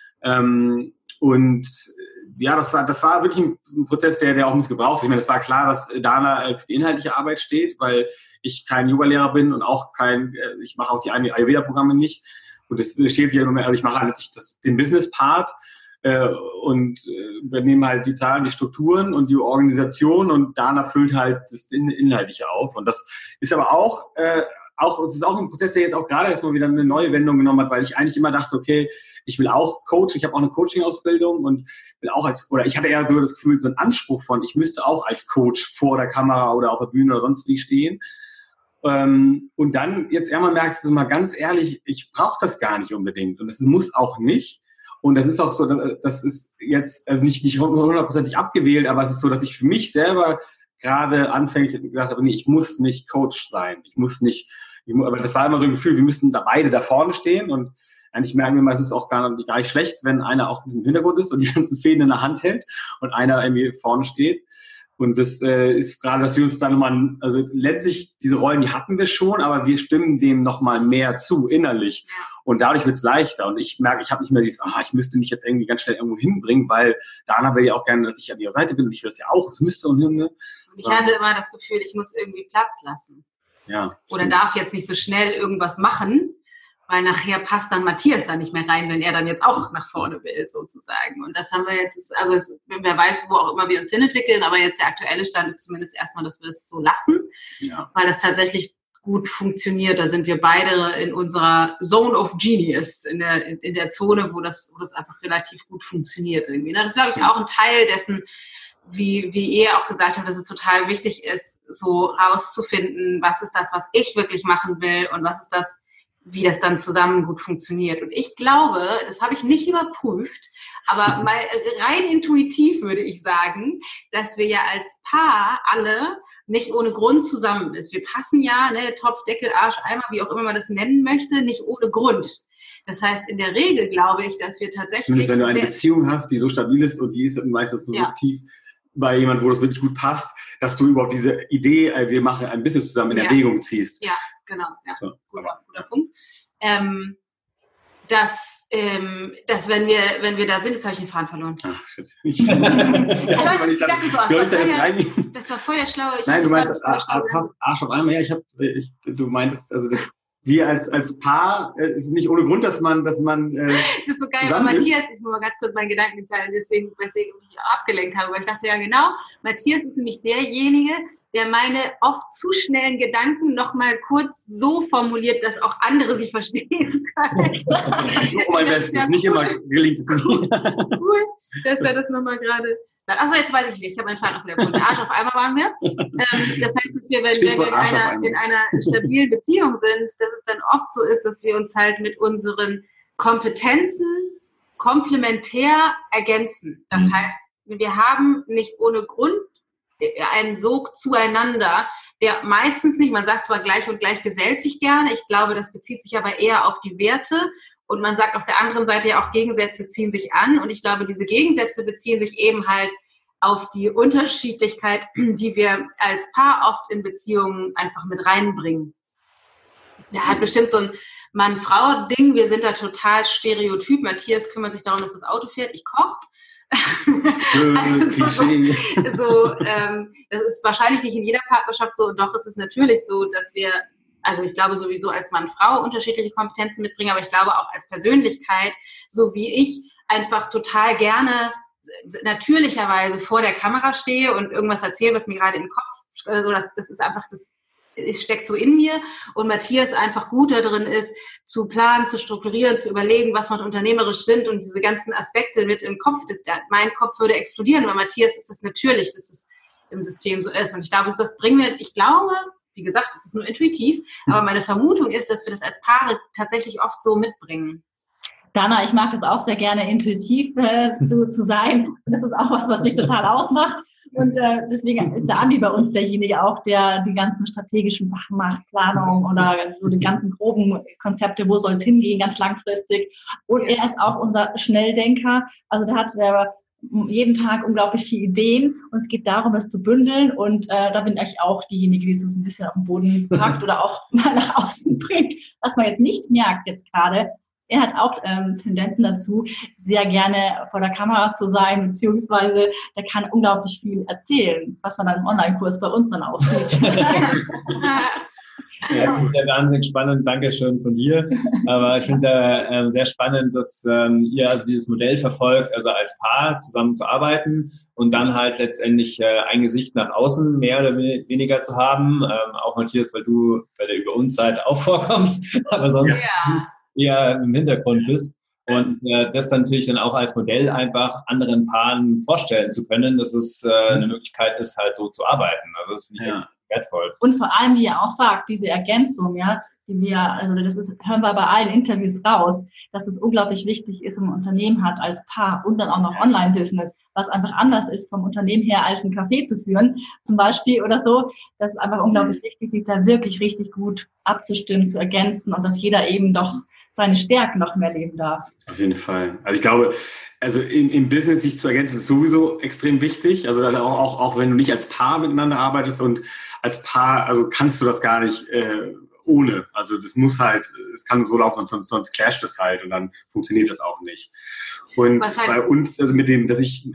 Und ja, das war wirklich ein Prozess, der auch uns gebraucht hat. Ich meine, es war klar, dass Dana für die inhaltliche Arbeit steht, weil ich kein Yogalehrer bin und auch ich mache auch die Ayurveda-Programme nicht. Und das steht sich ja immer mehr, also ich mache eigentlich den Business-Part und übernehme halt die Zahlen, die Strukturen und die Organisation und Dana füllt halt das Inhaltliche auf. Und das ist aber es ist auch ein Prozess, der jetzt auch gerade erstmal wieder eine neue Wendung genommen hat, weil ich eigentlich immer dachte, okay, ich will auch Coach, ich habe auch eine Coaching-Ausbildung und will auch ich hatte eher so das Gefühl, so einen Anspruch von, ich müsste auch als Coach vor der Kamera oder auf der Bühne oder sonst wie stehen. Und dann jetzt irgendwann merkst du mal ganz ehrlich, ich brauche das gar nicht unbedingt und es muss auch nicht. Und das ist auch so, das ist jetzt also nicht 100%ig abgewählt, aber es ist so, dass ich für mich selber gerade anfänglich gedacht habe, nee, ich muss nicht Coach sein, aber das war immer so ein Gefühl, wir müssten da beide da vorne stehen und eigentlich merken wir mal, es ist auch gar nicht schlecht, wenn einer auch ein bisschen im Hintergrund ist und die ganzen Fäden in der Hand hält und einer irgendwie vorne steht. Und das ist gerade, dass wir uns da nochmal, also letztlich diese Rollen, die hatten wir schon, aber wir stimmen dem nochmal mehr zu, innerlich. Und dadurch wird's leichter. Und ich merke, ich habe nicht mehr dieses, ich müsste mich jetzt irgendwie ganz schnell irgendwo hinbringen, weil Dana will ja auch gerne, dass ich an ihrer Seite bin und ich will das ja auch, das müsste und ne? Und ich hatte immer das Gefühl, ich muss irgendwie Platz lassen. Ja. Oder darf jetzt nicht so schnell irgendwas machen, weil nachher passt dann Matthias da nicht mehr rein, wenn er dann jetzt auch nach vorne will, sozusagen. Und das haben wir jetzt, wer weiß, wo auch immer wir uns hinentwickeln, aber jetzt der aktuelle Stand ist zumindest erstmal, dass wir es so lassen, weil das tatsächlich gut funktioniert. Da sind wir beide in unserer Zone of Genius, in der Zone, wo das einfach relativ gut funktioniert irgendwie. Das ist, glaube ich, auch ein Teil dessen, wie ihr auch gesagt habt, dass es total wichtig ist, so rauszufinden, was ist das, was ich wirklich machen will und was ist das, wie das dann zusammen gut funktioniert. Und ich glaube, das habe ich nicht überprüft, aber mal rein intuitiv würde ich sagen, dass wir ja als Paar alle nicht ohne Grund zusammen ist. Wir passen ja, Topf, Deckel, Arsch, Eimer, wie auch immer man das nennen möchte, nicht ohne Grund. Das heißt, in der Regel glaube ich, dass wir tatsächlich... Zumindest wenn du eine Beziehung hast, die so stabil ist und die ist meistens nur aktiv bei jemandem, wo das wirklich gut passt, dass du überhaupt diese Idee, wir machen ein Business zusammen, in Erwägung ziehst. Ja, genau. Ja. So. Guter Punkt. Dass wenn wir da sind, jetzt habe ich den Faden verloren. Ach, shit. Das war voll der schlaue... Nein, du meinst, Arsch auf einmal. Ja, du meintest, also das... Wir als Paar, es ist nicht ohne Grund, dass man es ist so geil, weil Matthias, ich muss mal ganz kurz meinen Gedanken teilen, deswegen ich mich abgelenkt habe, weil ich dachte, ja genau, Matthias ist nämlich derjenige, der meine oft zu schnellen Gedanken nochmal kurz so formuliert, dass auch andere sie verstehen können. Mein Bestes, nicht immer gelingt es mir. Cool, dass er das nochmal gerade... Achso, jetzt weiß ich nicht. Ich habe meinen Vater noch wieder gefunden. Arsch auf einmal waren wir. Das heißt, dass wir, wenn wir in einer stabilen Beziehung sind, dass es dann oft so ist, dass wir uns halt mit unseren Kompetenzen komplementär ergänzen. Das heißt, wir haben nicht ohne Grund einen Sog zueinander, der meistens nicht, man sagt zwar gleich und gleich gesellt sich gerne, ich glaube, das bezieht sich aber eher auf die Werte. Und man sagt auf der anderen Seite ja auch, Gegensätze ziehen sich an. Und ich glaube, diese Gegensätze beziehen sich eben halt auf die Unterschiedlichkeit, die wir als Paar oft in Beziehungen einfach mit reinbringen. Das ist halt bestimmt so ein Mann-Frau-Ding. Wir sind da total stereotyp. Matthias kümmert sich darum, dass das Auto fährt. Ich koche. Das ist wahrscheinlich nicht in jeder Partnerschaft so. Und doch ist es natürlich so, dass wir... Also ich glaube sowieso als Mann-Frau unterschiedliche Kompetenzen mitbringen, aber ich glaube auch als Persönlichkeit, so wie ich einfach total gerne natürlicherweise vor der Kamera stehe und irgendwas erzähle, was mir gerade in den Kopf, also das ist einfach, es steckt so in mir und Matthias einfach gut da drin ist, zu planen, zu strukturieren, zu überlegen, was man unternehmerisch sind und diese ganzen Aspekte mit im Kopf, mein Kopf würde explodieren, weil Matthias ist das natürlich, dass es im System so ist und ich glaube, das bringen wir, ich glaube, wie gesagt, es ist nur intuitiv, aber meine Vermutung ist, dass wir das als Paare tatsächlich oft so mitbringen. Dana, ich mag das auch sehr gerne, intuitiv zu sein. Und das ist auch was mich total ausmacht. Und deswegen ist der Andi bei uns derjenige auch, der die ganzen strategischen Sachen macht, Planung oder so die ganzen groben Konzepte, wo soll es hingehen, ganz langfristig. Und er ist auch unser Schnelldenker. Also der hat jeden Tag unglaublich viele Ideen und es geht darum, es zu bündeln. Und da bin ich auch diejenige, die es so ein bisschen auf den Boden packt oder auch mal nach außen bringt, was man jetzt nicht merkt jetzt gerade. Er hat auch Tendenzen dazu, sehr gerne vor der Kamera zu sein, beziehungsweise der kann unglaublich viel erzählen, was man dann im Online-Kurs bei uns dann auch sieht. Ja, das ist ja wahnsinnig spannend. Dankeschön von dir. Aber ich finde es ja sehr spannend, dass ihr also dieses Modell verfolgt, also als Paar zusammen zu arbeiten und dann halt letztendlich ein Gesicht nach außen mehr oder weniger zu haben. Auch Matthias, weil du bei der Über uns Seite auch vorkommst, aber sonst eher im Hintergrund bist. Und das natürlich dann auch als Modell einfach anderen Paaren vorstellen zu können, dass es eine Möglichkeit ist, halt so zu arbeiten. Also das finde ich wertvoll. Und vor allem, wie ihr auch sagt, diese Ergänzung, ja, die wir, also das ist, hören wir bei allen Interviews raus, dass es unglaublich wichtig ist, wenn man ein Unternehmen hat als Paar und dann auch noch Online-Business, was einfach anders ist vom Unternehmen her, als ein Café zu führen, zum Beispiel oder so. Das ist einfach unglaublich wichtig, sich da wirklich richtig gut abzustimmen, zu ergänzen und dass jeder eben doch seine Stärken noch mehr leben darf. Auf jeden Fall. Also ich glaube, also im Business sich zu ergänzen, ist sowieso extrem wichtig. Also auch wenn du nicht als Paar miteinander arbeitest und als Paar, also kannst du das gar nicht ohne. Also das muss halt, es kann so laufen, sonst clasht es halt und dann funktioniert das auch nicht. Und halt bei uns, also mit dem, dass ich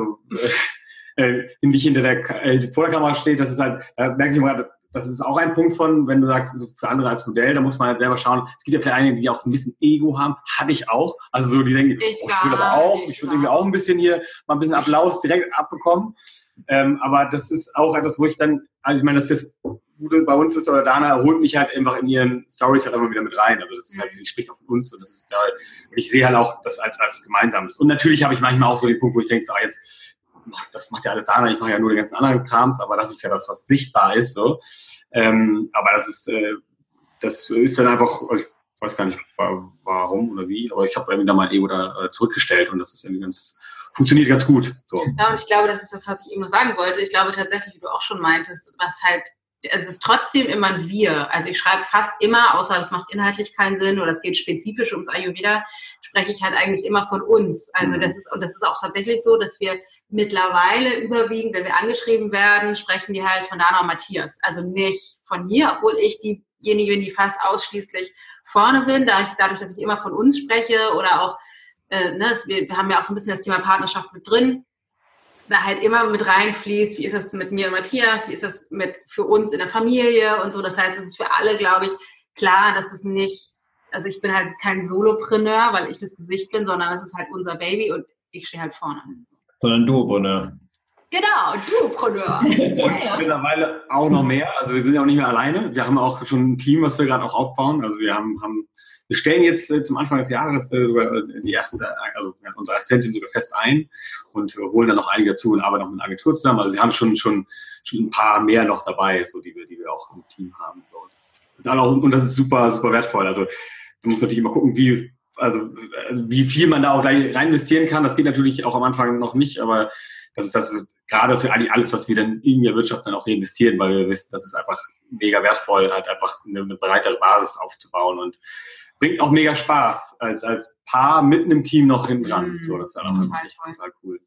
nicht hinter der vor der Kamera steht, das ist halt, da merke ich immer, das ist auch ein Punkt von, wenn du sagst, für andere als Modell, da muss man halt selber schauen. Es gibt ja vielleicht einige, die auch ein bisschen Ego haben. Hatte ich auch. Also so, die denken, ich will aber auch, ich will irgendwie auch ein bisschen hier mal ein bisschen Applaus direkt abbekommen. Aber das ist auch etwas, wo ich dann, also ich meine, das ist das Gute bei uns ist, oder Dana holt mich halt einfach in ihren Stories halt immer wieder mit rein. Also das ist halt, sie spricht auch von uns und das ist da, und ich sehe halt auch das als Gemeinsames. Und natürlich habe ich manchmal auch so den Punkt, wo ich denke, so, jetzt, das macht ja alles Dana, ich mache ja nur den ganzen anderen Krams, aber das ist ja das, was sichtbar ist, so. Aber das ist dann einfach, also ich weiß gar nicht, warum oder wie, aber ich habe irgendwie da mein Ego da zurückgestellt und das ist irgendwie funktioniert ganz gut. So. Ja, und ich glaube, das ist das, was ich eben noch sagen wollte. Ich glaube tatsächlich, wie du auch schon meintest, was halt, es ist trotzdem immer ein Wir. Also ich schreibe fast immer, außer das macht inhaltlich keinen Sinn oder es geht spezifisch ums Ayurveda, spreche ich halt eigentlich immer von uns. Also das ist auch tatsächlich so, dass wir mittlerweile überwiegend, wenn wir angeschrieben werden, sprechen die halt von Dana und Matthias. Also nicht von mir, obwohl ich diejenige bin, die fast ausschließlich vorne bin, dadurch, dass ich immer von uns spreche oder auch, wir haben ja auch so ein bisschen das Thema Partnerschaft mit drin, da halt immer mit reinfließt, wie ist das mit mir und Matthias, wie ist das für uns in der Familie und so. Das heißt, es ist für alle, glaube ich, klar, dass es nicht, also ich bin halt kein Solopreneur, weil ich das Gesicht bin, sondern es ist halt unser Baby und ich stehe halt vorne. Sondern Duopreneur. Genau, Duopreneur. Und mittlerweile auch noch mehr. Also wir sind ja auch nicht mehr alleine. Wir haben auch schon ein Team, was wir gerade auch aufbauen. Also wir stellen jetzt zum Anfang des Jahres sogar die erste, also unsere Assistentin sogar fest ein und wir holen dann noch einige dazu und arbeiten auch mit einer Agentur zusammen. Also sie haben schon ein paar mehr noch dabei, so die wir auch im Team haben. So, das ist auch, und das ist super, super wertvoll. Also man muss natürlich immer gucken, wie viel man da auch gleich rein investieren kann. Das geht natürlich auch am Anfang noch nicht, aber das ist das, gerade dass wir eigentlich alles, was wir dann irgendwie erwirtschaften, dann auch reinvestieren, weil wir wissen, das ist einfach mega wertvoll, halt einfach eine breitere Basis aufzubauen und bringt auch mega Spaß, als Paar mitten im Team noch hinten dran. So, das ist dann auch total cool.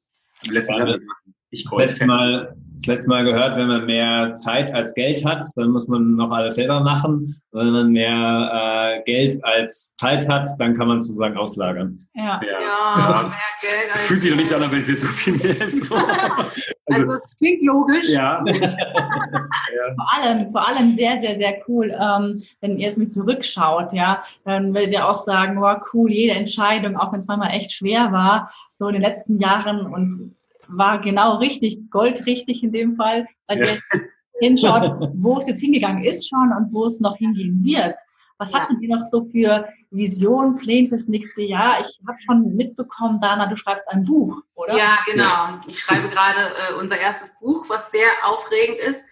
Das letzte Mal gehört, wenn man mehr Zeit als Geld hat, dann muss man noch alles selber machen. Wenn man mehr Geld als Zeit hat, dann kann man sozusagen auslagern. Ja, mehr Geld als fühlt sich doch nicht an, wenn es jetzt so viel mehr ist. Also es klingt logisch. Ja. Vor allem sehr, sehr, sehr cool, wenn ihr es mit zurückschaut, ja, dann werdet ihr auch sagen, wow, cool, jede Entscheidung, auch wenn es manchmal echt schwer war, so in den letzten Jahren und war genau richtig, goldrichtig in dem Fall, weil ihr hinschaut, wo es jetzt hingegangen ist schon und wo es noch hingehen wird. Was habt ihr noch so für Visionen, Pläne fürs nächste Jahr? Ich habe schon mitbekommen, Dana, du schreibst ein Buch, oder? Ja, genau. Ich schreibe gerade unser erstes Buch, was sehr aufregend ist.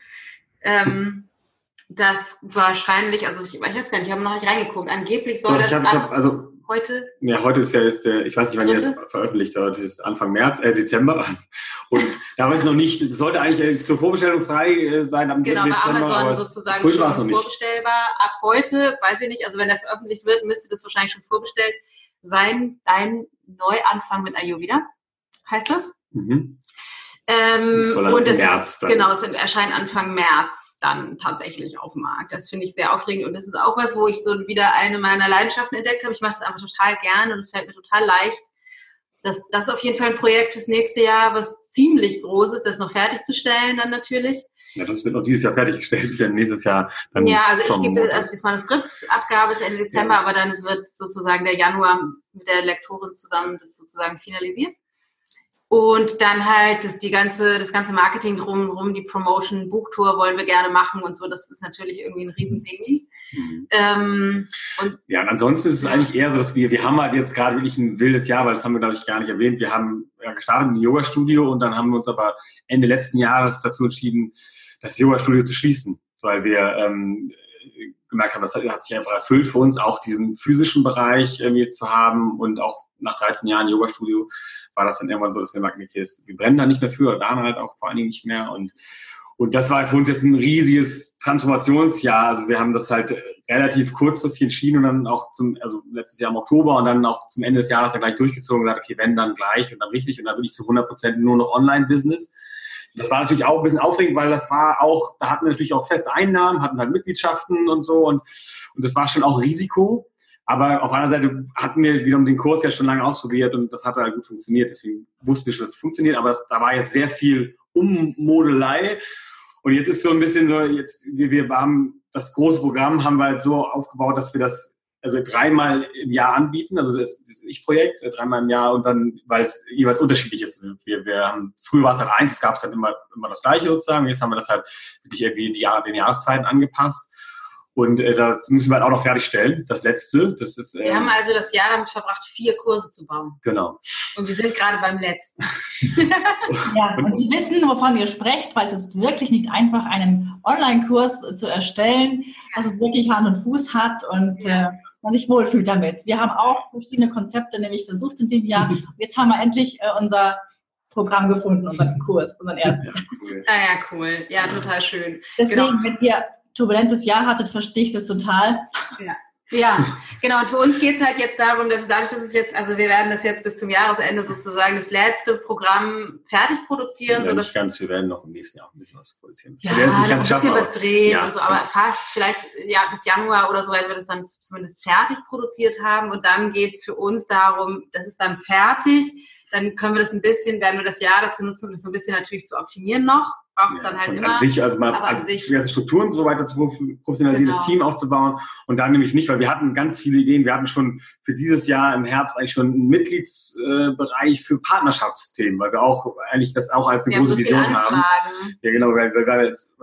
Das wahrscheinlich, also ich weiß gar nicht, ich habe noch nicht reingeguckt. Angeblich soll das heute? Ja, heute ist ja jetzt, ich weiß nicht, wann ihr das veröffentlicht wird, ist Anfang Dezember. Und da weiß ich noch nicht, es sollte eigentlich zur Vorbestellung frei sein am Dezember. Genau, bei Amazon sozusagen schon vorbestellbar. Ab heute, weiß ich nicht, also wenn der veröffentlicht wird, müsste das wahrscheinlich schon vorbestellt sein. Dein Neuanfang mit Ayurveda, heißt das? Mhm. Und es erscheint Anfang März dann tatsächlich auf dem Markt. Das finde ich sehr aufregend und das ist auch was, wo ich so wieder eine meiner Leidenschaften entdeckt habe. Ich mache das einfach total gerne und es fällt mir total leicht. Das ist auf jeden Fall ein Projekt fürs nächste Jahr, was ziemlich groß ist, das noch fertigzustellen dann natürlich. Ja, das wird noch dieses Jahr fertiggestellt, denn nächstes Jahr dann. Ja, also das Manuskriptabgabe ist Ende Dezember, aber dann wird sozusagen der Januar mit der Lektorin zusammen das sozusagen finalisiert. Und dann halt das ganze Marketing drumherum, die Promotion, Buchtour wollen wir gerne machen und so. Das ist natürlich irgendwie ein Riesending. Und ansonsten ist es eigentlich eher so, dass wir haben halt jetzt gerade wirklich ein wildes Jahr, weil das haben wir, glaube ich, gar nicht erwähnt. Wir haben gestartet im Yoga-Studio und dann haben wir uns aber Ende letzten Jahres dazu entschieden, das Yoga-Studio zu schließen, weil wir gemerkt haben, das hat sich einfach erfüllt für uns, auch diesen physischen Bereich irgendwie zu haben und auch nach 13 Jahren Yoga-Studio war das dann irgendwann so, dass wir merken, okay, wir brennen da nicht mehr für, oder dann halt auch vor allen Dingen nicht mehr und das war für uns jetzt ein riesiges Transformationsjahr, also wir haben das halt relativ kurzfristig entschieden und dann auch letztes Jahr im Oktober und dann auch zum Ende des Jahres dann gleich durchgezogen und gesagt, okay, wenn, dann gleich und dann richtig und dann wirklich zu 100% nur noch Online-Business. Das war natürlich auch ein bisschen aufregend, weil da hatten wir natürlich auch feste Einnahmen, hatten halt Mitgliedschaften und so und das war schon auch Risiko. Aber auf einer Seite hatten wir wiederum den Kurs ja schon lange ausprobiert und das hat halt gut funktioniert. Deswegen wussten wir schon, dass es funktioniert. Aber da war jetzt sehr viel Ummodelei. Und jetzt ist so ein bisschen so, wir haben das große Programm haben wir halt so aufgebaut, dass wir das dreimal im Jahr anbieten. Also das Ich-Projekt, dreimal im Jahr und dann, weil es jeweils unterschiedlich ist. Früher war es halt eins, es gab es dann immer das Gleiche sozusagen. Jetzt haben wir das halt wirklich irgendwie in den Jahreszeiten angepasst. Und das müssen wir halt auch noch fertigstellen. Das Letzte, das ist... wir haben also das Jahr damit verbracht, 4 Kurse zu bauen. Genau. Und wir sind gerade beim letzten. Ja, und Sie wissen, wovon ihr sprecht, weil es ist wirklich nicht einfach, einen Online-Kurs zu erstellen, dass es wirklich Hand und Fuß hat und man sich wohlfühlt damit. Wir haben auch verschiedene Konzepte nämlich versucht in dem Jahr. Und jetzt haben wir endlich unser Programm gefunden, unseren Kurs, unseren ersten. Ja, cool. Cool. Ja, total schön. Deswegen, wenn ihr turbulentes Jahr hattet, verstehe ich das total. Ja, genau. Und für uns geht es halt jetzt darum, dass es jetzt, also wir werden das jetzt bis zum Jahresende sozusagen das letzte Programm fertig produzieren. Ja, nicht ganz, wir werden noch im nächsten Jahr auch ein bisschen was produzieren. Ja, ein bisschen was drehen und so, aber fast vielleicht bis Januar oder so werden wir das dann zumindest fertig produziert haben und dann geht es für uns darum, das ist dann fertig. Dann können wir das werden wir das Jahr dazu nutzen, um das so ein bisschen natürlich zu optimieren noch. Braucht es dann halt immer. An sich, die Strukturen so weiter zu professionalisieren, das Team aufzubauen. Und dann nämlich nicht, weil wir hatten ganz viele Ideen. Wir hatten schon für dieses Jahr im Herbst eigentlich schon einen Mitgliedsbereich für Partnerschaftsthemen, weil wir auch eigentlich das auch als eine große Vision haben. Ja, genau, weil wir jetzt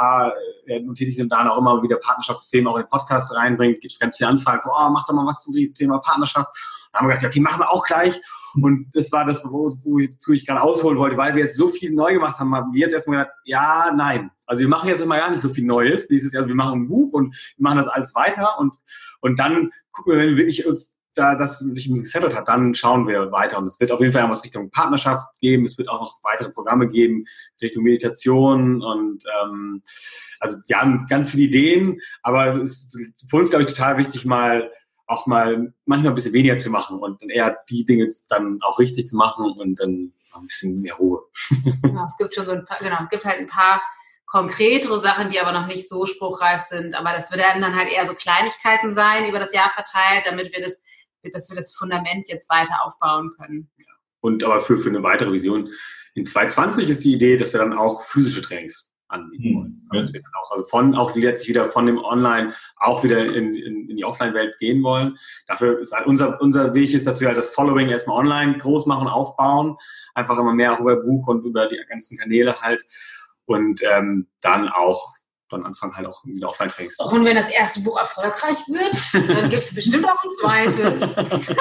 nun tätig sind, da auch immer wieder Partnerschaftsthemen auch in den Podcast reinbringt. Gibt es ganz viele Anfragen, mach doch mal was zum Thema Partnerschaft. Dann haben wir gedacht, okay, machen wir auch gleich. Und das war das, wozu ich gerade ausholen wollte, weil wir jetzt so viel neu gemacht haben wir jetzt erstmal gedacht, ja, nein. Also wir machen jetzt immer gar nicht so viel Neues. Also wir machen ein Buch und wir machen das alles weiter und dann gucken wir, wenn wir wirklich uns das sich gesettelt hat, dann schauen wir weiter. Und es wird auf jeden Fall was Richtung Partnerschaft geben. Es wird auch noch weitere Programme geben, Richtung Meditation und also wir haben ganz viele Ideen, aber es ist für uns, glaube ich, total wichtig, auch mal manchmal ein bisschen weniger zu machen und dann eher die Dinge dann auch richtig zu machen und dann ein bisschen mehr Ruhe. Genau, es gibt schon es gibt halt ein paar konkretere Sachen, die aber noch nicht so spruchreif sind, aber das werden dann halt eher so Kleinigkeiten sein über das Jahr verteilt, damit wir das Fundament jetzt weiter aufbauen können. Ja. Und aber für eine weitere Vision in 2020 ist die Idee, dass wir dann auch physische Trainings anbieten wollen. Also wir dann auch letztlich wieder von dem Online auch wieder in die Offline-Welt gehen wollen. Dafür ist halt unser Weg ist, dass wir halt das Following erstmal online groß machen, aufbauen, einfach immer mehr auch über Buch und über die ganzen Kanäle halt und dann anfangen halt auch wieder Offline-Trainings. Und wenn das erste Buch erfolgreich wird, dann gibt es bestimmt auch ein zweites.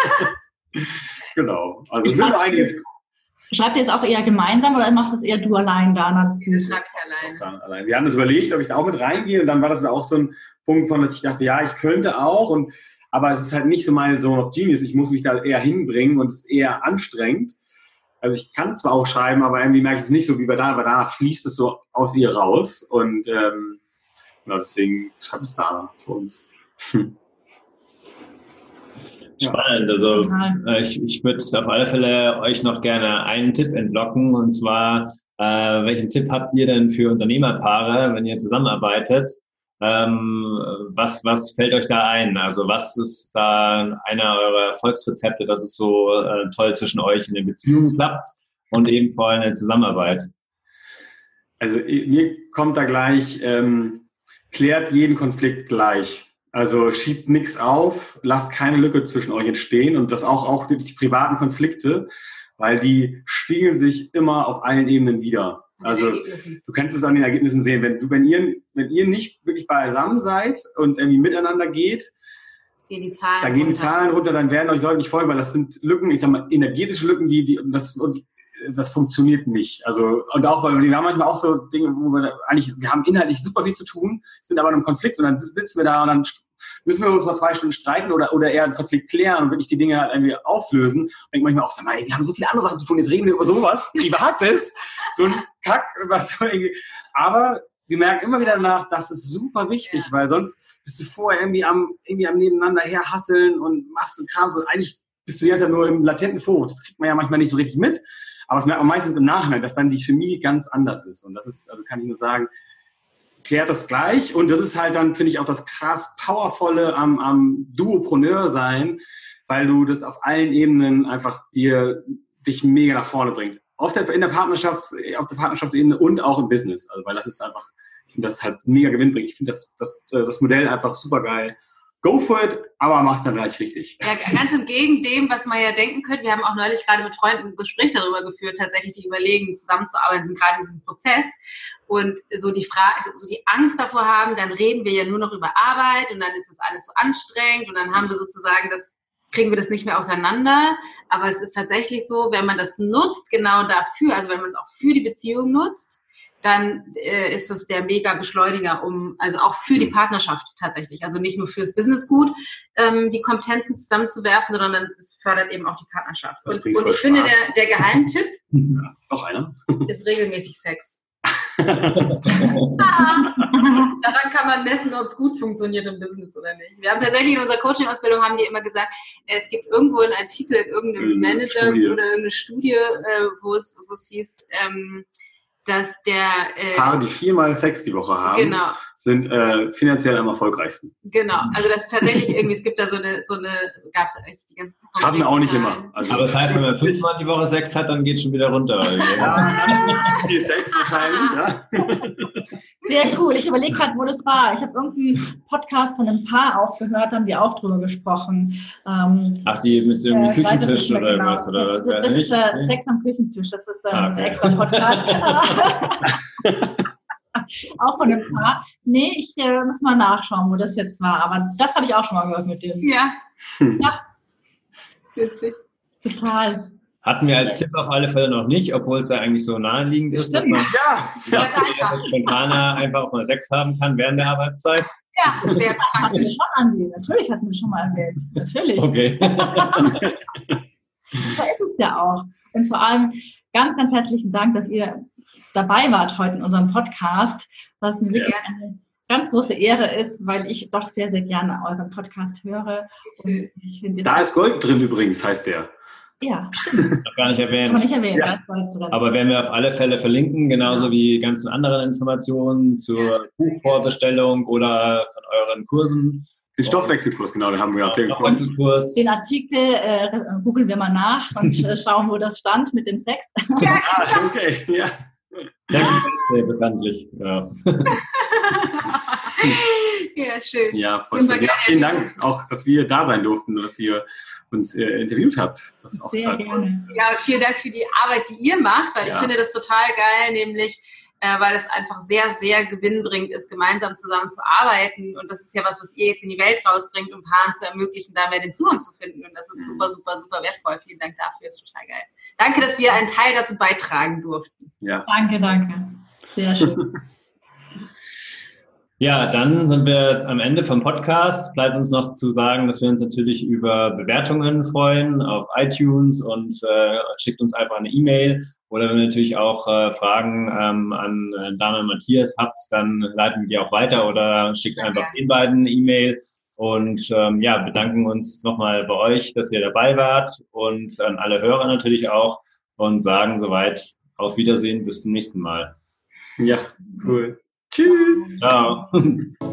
Genau. Also es wird noch einiges. Schreibt ihr es auch eher gemeinsam oder machst du es eher du allein da? Das schreibe ich allein. Wir haben das überlegt, ob ich da auch mit reingehe und dann war das auch so ein Punkt von, dass ich dachte, ja, ich könnte auch und aber es ist halt nicht so meine Zone of Genius. Ich muss mich da eher hinbringen und es ist eher anstrengend. Also ich kann zwar auch schreiben, aber irgendwie merke ich es nicht so wie bei Dana, weil danach fließt es so aus ihr raus und genau deswegen schreibt es Dana für uns. Spannend, also ich würde auf alle Fälle euch noch gerne einen Tipp entlocken, und zwar, welchen Tipp habt ihr denn für Unternehmerpaare, wenn ihr zusammenarbeitet? Was fällt euch da ein? Also was ist da einer eurer Erfolgsrezepte, dass es so toll zwischen euch in den Beziehungen klappt und eben vor allem in der Zusammenarbeit? Also mir kommt da gleich, klärt jeden Konflikt gleich. Also schiebt nichts auf, lasst keine Lücke zwischen euch entstehen und das auch die privaten Konflikte, weil die spiegeln sich immer auf allen Ebenen wider. Also du kannst es an den Ergebnissen sehen, wenn ihr nicht wirklich beisammen seid und irgendwie miteinander geht, gehen die Zahlen dann gehen die Zahlen runter, dann werden euch Leute nicht folgen, weil das sind Lücken, ich sag mal energetische Lücken, das funktioniert nicht. Also, und auch, weil wir haben manchmal auch so Dinge, wo wir haben inhaltlich super viel zu tun, sind aber in einem Konflikt und dann sitzen wir da und dann müssen wir uns mal 2 Stunden streiten oder eher einen Konflikt klären und wirklich die Dinge halt irgendwie auflösen. Und denke manchmal auch, sag mal, ey, wir haben so viele andere Sachen zu tun, jetzt reden wir über sowas, Privates, so ein Kack, was so irgendwie, aber wir merken immer wieder danach, das ist super wichtig, weil sonst bist du vorher irgendwie am nebeneinander herhasseln und machst so Kram, so eigentlich bist du jetzt ja nur im latenten Vorwurf, das kriegt man ja manchmal nicht so richtig mit. Aber es merkt man meistens im Nachhinein, dass dann die Chemie ganz anders ist. Und das ist, also kann ich nur sagen, klärt das gleich. Und das ist halt dann, finde ich, auch das krass Powervolle am Duopreneur sein, weil du das auf allen Ebenen einfach dich mega nach vorne bringt. Auf der Partnerschaftsebene und auch im Business. Also, weil das ist einfach, ich finde, das halt mega Gewinn bringt. Ich finde das Modell einfach super geil. Go for it, aber mach's dann gleich richtig. Ja, ganz entgegen dem, was man ja denken könnte. Wir haben auch neulich gerade mit Freunden ein Gespräch darüber geführt, tatsächlich die überlegen, zusammenzuarbeiten, sind gerade in diesem Prozess und so die Angst davor haben, dann reden wir ja nur noch über Arbeit und dann ist das alles so anstrengend und dann haben wir sozusagen kriegen wir das nicht mehr auseinander. Aber es ist tatsächlich so, wenn man das nutzt, genau dafür, also wenn man es auch für die Beziehung nutzt, dann ist das der Mega-Beschleuniger, also auch für die Partnerschaft tatsächlich. Also nicht nur fürs Business gut, die Kompetenzen zusammenzuwerfen, sondern es fördert eben auch die Partnerschaft. Und ich finde, der Geheimtipp noch einer ist regelmäßig Sex. Daran kann man messen, ob es gut funktioniert im Business oder nicht. Wir haben tatsächlich in unserer Coaching-Ausbildung haben die immer gesagt, es gibt irgendwo einen Artikel in irgendeinem Manager oder irgendeine Studie, wo es hieß, dass Paare, die 4-mal Sex die Woche haben, genau, sind finanziell am erfolgreichsten. Genau, also das ist tatsächlich irgendwie, es gibt da so eine gab es echt die ganzen schaffen wir auch nicht immer. Also, aber das heißt, wenn man 5-mal die Woche Sex hat, dann geht es schon wieder runter. Viel Sex wahrscheinlich, ja. Sehr cool. Ich überlege gerade, wo das war. Ich habe irgendeinen Podcast von einem Paar aufgehört, haben die auch drüber gesprochen. Ach, die mit dem Küchentisch oder genau. was? Oder das ist Sex am Küchentisch. Das ist ein extra Podcast. Auch von einem Paar. Nee, ich muss mal nachschauen, wo das jetzt war. Aber das habe ich auch schon mal gehört mit dem. Ja. Witzig. Total. Hatten wir als Tipp auf alle Fälle noch nicht, obwohl es ja eigentlich so naheliegend ist, dass man spontaner einfach auch mal Sex haben kann während der Arbeitszeit. Ja, sehr praktisch. Natürlich hatten wir schon mal erwähnt. Natürlich. Okay. So ist es ja auch. Und vor allem ganz, ganz herzlichen Dank, dass ihr dabei wart heute in unserem Podcast, was mir wirklich eine ganz große Ehre ist, weil ich doch sehr, sehr gerne euren Podcast höre. Und ich finde, da ist Gold drin übrigens, heißt der. Ja, stimmt. Noch gar nicht erwähnt. Noch nicht erwähnt, da ist Gold drin. Aber werden wir auf alle Fälle verlinken, genauso wie ganzen anderen Informationen zur Buchvorbestellung oder von euren Kursen. Den Stoffwechselkurs, genau, den haben wir auch. Stoffwechselkurs. Den Artikel googeln wir mal nach und schauen, wo das stand mit dem Sex. Ja, okay, ja. Sehr bekanntlich, ja. Ja, schön. Ja, vielen Dank auch, dass wir da sein durften, dass ihr uns interviewt habt. Das ist auch sehr gerne. Ja, vielen Dank für die Arbeit, die ihr macht, weil ich finde das total geil, nämlich weil es einfach sehr, sehr gewinnbringend ist, gemeinsam zusammen zu arbeiten. Und das ist ja was ihr jetzt in die Welt rausbringt, um Paaren zu ermöglichen, da mehr den Zugang zu finden. Und das ist super, super, super wertvoll. Vielen Dank dafür, das ist total geil. Danke, dass wir einen Teil dazu beitragen durften. Ja. Danke. Sehr schön. Ja, dann sind wir am Ende vom Podcast. Bleibt uns noch zu sagen, dass wir uns natürlich über Bewertungen freuen auf iTunes und schickt uns einfach eine E-Mail. Oder wenn ihr natürlich auch Fragen an Dame Matthias habt, dann leiten wir die auch weiter oder schickt einfach den beiden eine E-Mail. Und bedanken uns nochmal bei euch, dass ihr dabei wart und an alle Hörer natürlich auch und sagen soweit auf Wiedersehen, bis zum nächsten Mal. Ja, cool. Tschüss. Ciao.